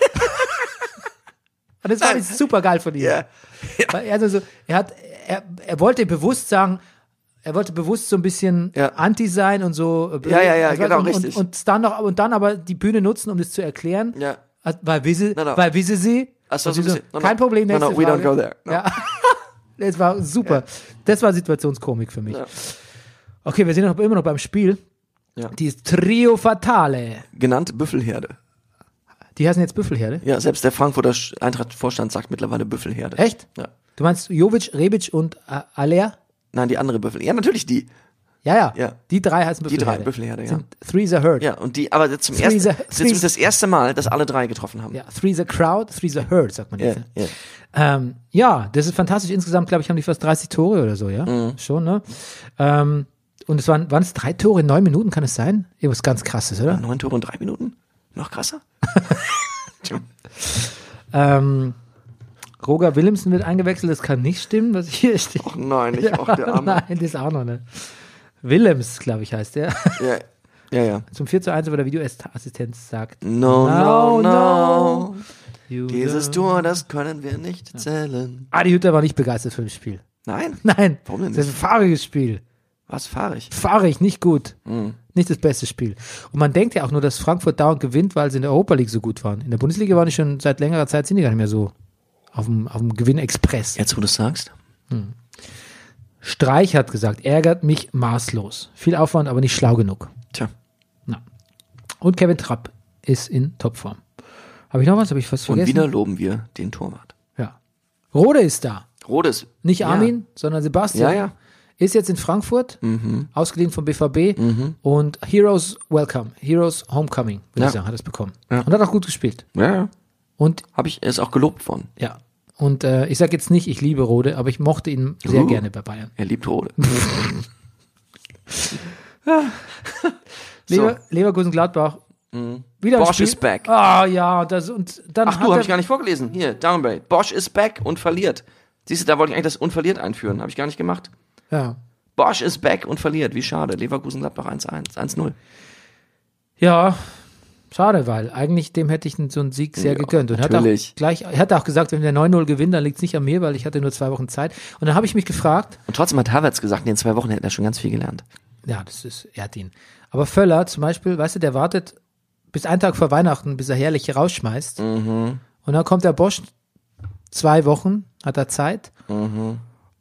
Und das war super geil von ihr. Ja. Weil er wollte bewusst sagen, er wollte bewusst so ein bisschen Ja. anti sein und so. Ja, Also, genau, und, richtig. Und dann aber die Bühne nutzen, um das zu erklären. Ja. Weil wissen Sie? Ach so, Und sie so ein bisschen- kein Problem, nächste we Frage. don't go there. No. Ja. Das war super. Das war Situationskomik für mich. Ja. Okay, wir sind immer noch beim Spiel. Ja. Die Trio Fatale. Genannt Büffelherde. Die heißen jetzt Büffelherde. Ja, selbst der Frankfurter Eintracht-Vorstand sagt mittlerweile Büffelherde. Echt? Ja. Du meinst Jovic, Rebic und Aller? Nein, die andere Büffel. Ja, natürlich die. Ja. Ja. Die drei heißen Die Büffelherde. drei Büffelherde, ja. Sind Three's a Herd. Ja, und die, aber zum Three's ersten, a- das ist übrigens das erste Mal, dass alle drei getroffen haben. Ja, Three's a Crowd, Three's a Herd, sagt man Ja, jetzt. ja. Ja, das ist fantastisch. Insgesamt, glaube ich, haben die fast 30 Tore oder so, ja? Mhm. Schon, ne? Und es waren es 3 Tore in 9 Minuten, kann es sein? Irgendwas ganz Krasses, oder? 9 Tore in 3 Minuten? Noch krasser? Roger Willemsen wird eingewechselt, das kann nicht stimmen, was hier steht. Och nein, nicht auch der Arme. Nein, das ist auch noch nicht. Willems, glaube ich, heißt der. Ja. Zum 4:1, aber der Videoassistent sagt. No. You Dieses don't- Tor, das können wir nicht zählen. Adi Hütter war nicht begeistert für das Spiel. Nein? Nein, Warum denn das ist ein fahriges Spiel. Was fahrig? Fahrig, nicht gut. Mhm. Nicht das beste Spiel. Und man denkt ja auch nur, dass Frankfurt dauernd gewinnt, weil sie in der Europa League so gut waren. In der Bundesliga waren die schon seit längerer Zeit, sind die gar nicht mehr so auf dem Gewinnexpress. Jetzt, wo du es sagst. Streich hat gesagt, ärgert mich maßlos. Viel Aufwand, aber nicht schlau genug. Tja. Na. Und Kevin Trapp ist in Topform. Habe ich noch was? Habe ich was Und vergessen? wieder loben wir den Torwart. Ja. Rode ist da. Rodes. Nicht Ja. Armin, sondern Sebastian. Ja. Ist jetzt in Frankfurt, ausgeliehen vom BVB und Heroes Welcome, Heroes Homecoming, würde Ja. ich sagen, hat es bekommen. Ja. Und hat auch gut gespielt. Ja. Und Er ist auch gelobt worden. ja, und ich sage jetzt nicht, ich liebe Rode, aber ich mochte ihn sehr gerne bei Bayern. Er liebt Rode. Leverkusen Gladbach. Wieder im Bosch Spiel. is back. Ah ja, und dann Ach hat du, habe er, ich gar nicht vorgelesen. Hier, Downgrade. Bosch is back und verliert. Siehst du, da wollte ich eigentlich das und verliert einführen. Habe ich gar nicht gemacht. ja. Bosch is back und verliert. Wie schade. Leverkusen Gladbach 1-0. Ja, schade, weil eigentlich dem hätte ich so einen Sieg sehr Ja, gegönnt. Und natürlich. er hat auch gesagt, wenn wir 9-0 gewinnen, dann liegt es nicht an mir, weil ich hatte nur 2 Wochen Zeit. Und dann habe ich mich gefragt, Und trotzdem hat Havertz gesagt, in den 2 Wochen hätte er schon ganz viel gelernt. ja, er hat ihn. Aber Völler zum Beispiel, weißt du, der wartet bis einen Tag vor Weihnachten, bis er herrlich rausschmeißt. Und dann kommt der Bosch, 2 Wochen hat er Zeit.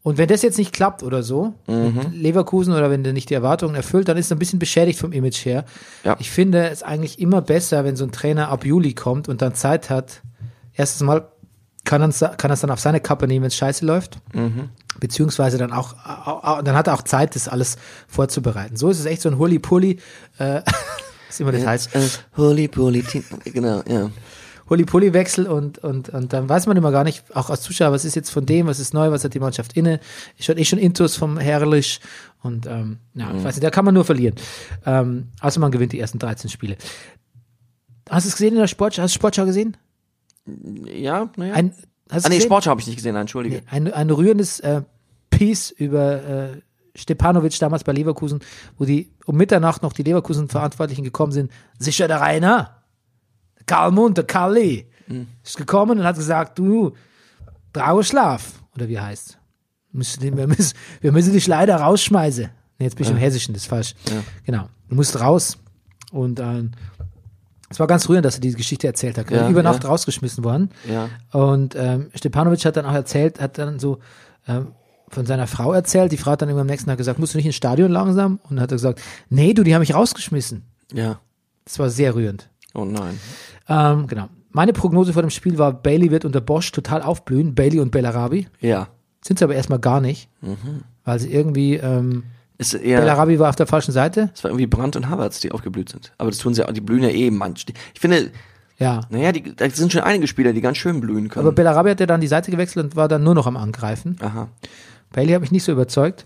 Und wenn das jetzt nicht klappt oder so, mit Leverkusen oder wenn der nicht die Erwartungen erfüllt, dann ist er ein bisschen beschädigt vom Image her. Ja. Ich finde es eigentlich immer besser, wenn so ein Trainer ab Juli kommt und dann Zeit hat. Erstens mal kann er es dann auf seine Kappe nehmen, wenn es scheiße läuft. Beziehungsweise dann dann hat er auch Zeit, das alles vorzubereiten. So ist es echt so ein Hurli-Pulli, was immer das heißt. Hurli-Pulli, genau, ja. Hurli-Pulli-Wechsel und dann weiß man immer gar nicht, auch als Zuschauer, was ist jetzt von dem, was ist neu, was hat die Mannschaft inne. Ich hatte schon Intus vom Herrlich und ich weiß nicht, da kann man nur verlieren. Also man gewinnt die ersten 13 Spiele. Hast du es gesehen in der Sportschau? Hast du Sportschau gesehen? Ja, naja. Sportschau habe ich nicht gesehen, nein, entschuldige. Nee, ein rührendes Piece über Stepanovic damals bei Leverkusen, wo die um Mitternacht noch die Leverkusen-Verantwortlichen gekommen sind. Sicher der Rainer. Karl Lee, ist gekommen und hat gesagt, du, Trauerschlaf, oder wie heißt. Wir müssen dich leider rausschmeißen. Nee, jetzt bin ich im Hessischen, das ist falsch. Ja. Genau, du musst raus. Und es war ganz rührend, dass er diese Geschichte erzählt hat. Über Nacht rausgeschmissen worden. Ja. Und Stepanovic hat dann auch erzählt, hat dann so von seiner Frau erzählt. Die Frau hat dann immer am nächsten Tag gesagt, musst du nicht ins Stadion langsam? Und dann hat er gesagt, nee, du, die haben mich rausgeschmissen. Ja. Das war sehr rührend. Oh nein. Genau. Meine Prognose vor dem Spiel war, Bailey wird unter Bosch total aufblühen, Bailey und Bellarabi. Ja. Sind sie aber erstmal gar nicht, weil sie irgendwie, Bellarabi war auf der falschen Seite. Es war irgendwie Brandt und Havertz, die aufgeblüht sind. Aber das tun sie auch, die blühen ja eh manchmal. Ich finde, da sind schon einige Spieler, die ganz schön blühen können. Aber Bellarabi hat ja dann die Seite gewechselt und war dann nur noch am Angreifen. Aha. Bailey hat mich nicht so überzeugt.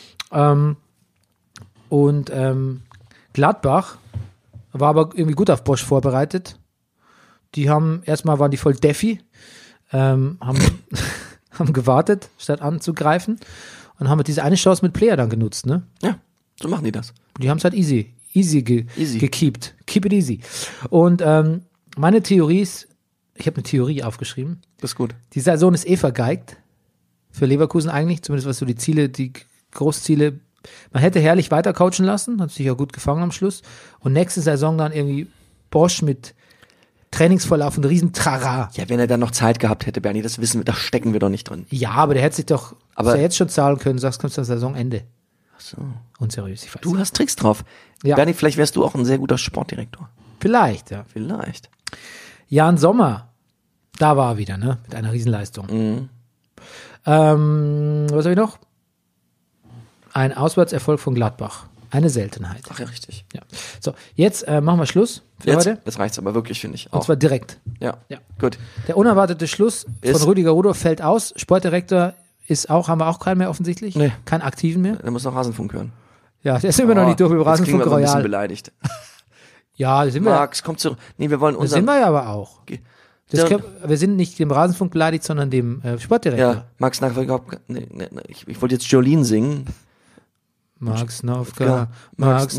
Gladbach war aber irgendwie gut auf Bosch vorbereitet. Waren die voll Defi, haben gewartet, statt anzugreifen und haben diese eine Chance mit Player dann genutzt, ne? Ja, so machen die das. Die haben es halt easy gekeept. Keep it easy. Und meine Theorie ist, ich habe eine Theorie aufgeschrieben. Das ist gut. Die Saison ist vergeigt. Für Leverkusen eigentlich, zumindest was so die Ziele, die Großziele. Man hätte Herrlich weiter coachen lassen, hat sich ja gut gefangen am Schluss. Und nächste Saison dann irgendwie Bosch mit Trainingsvorlauf und riesen Trara. Ja, wenn er dann noch Zeit gehabt hätte, Bernie, das wissen wir, da stecken wir doch nicht drin. Ja, aber der hätte sich doch jetzt schon zahlen können, sagst, kommst du am Saisonende. Ach so. Unseriös, ich weiß. Du hast Tricks drauf. Ja. Bernie, vielleicht wärst du auch ein sehr guter Sportdirektor. Vielleicht, ja. Vielleicht. Jan Sommer, da war er wieder, ne? Mit einer Riesenleistung. Was habe ich noch? Ein Auswärtserfolg von Gladbach. Eine Seltenheit. Ach ja, richtig. Ja. So, jetzt machen wir Schluss für heute. Das reicht's aber wirklich, finde ich. Auch. Und zwar direkt. Ja, gut. Der unerwartete Schluss von Rüdiger Rudolph fällt aus. Sportdirektor haben wir auch keinen mehr offensichtlich. Nee. Keinen aktiven mehr. Der muss noch Rasenfunk hören. Ja, der ist immer noch nicht durch mit Rasenfunk Royal. Ein bisschen beleidigt. Ja, das sind Max, komm zurück. Nee, wir wollen das sind wir ja aber auch. Okay. Wir sind nicht dem Rasenfunk beleidigt, sondern dem Sportdirektor. Ja, Max Nowka, ich wollte jetzt Jolene singen. Max Nowka. Max,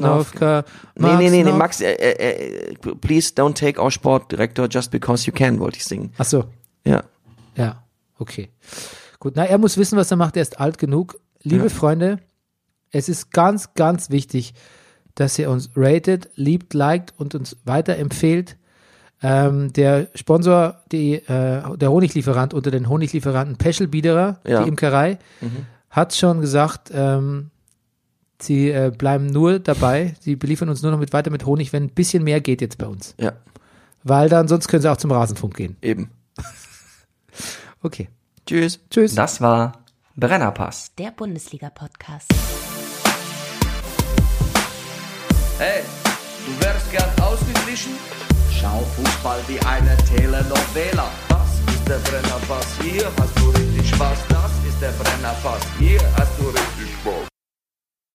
please don't take our Sportdirektor just because you can, wollte ich singen. Ach so. Ja. Ja, okay. Gut, er muss wissen, was er macht, er ist alt genug. Liebe Freunde, es ist ganz, ganz wichtig, dass ihr uns ratet, liebt, liked und uns weiterempfehlt. Der Sponsor, der Honiglieferant unter den Honiglieferanten Peschel Biederer, die Imkerei, hat schon gesagt, sie bleiben nur dabei, sie beliefern uns nur noch weiter mit Honig, wenn ein bisschen mehr geht jetzt bei uns. Ja. Weil dann, sonst können sie auch zum Rasenfunk gehen. Eben. Okay. Tschüss. Das war Brennerpass. Der Bundesliga-Podcast. Hey, du wärst gern ausgeglichen? Schau Fußball wie eine Telenovela. Das ist der Brennerpass, hier hast du richtig Spaß. Das ist der Brennerpass, hier hast du richtig Spaß.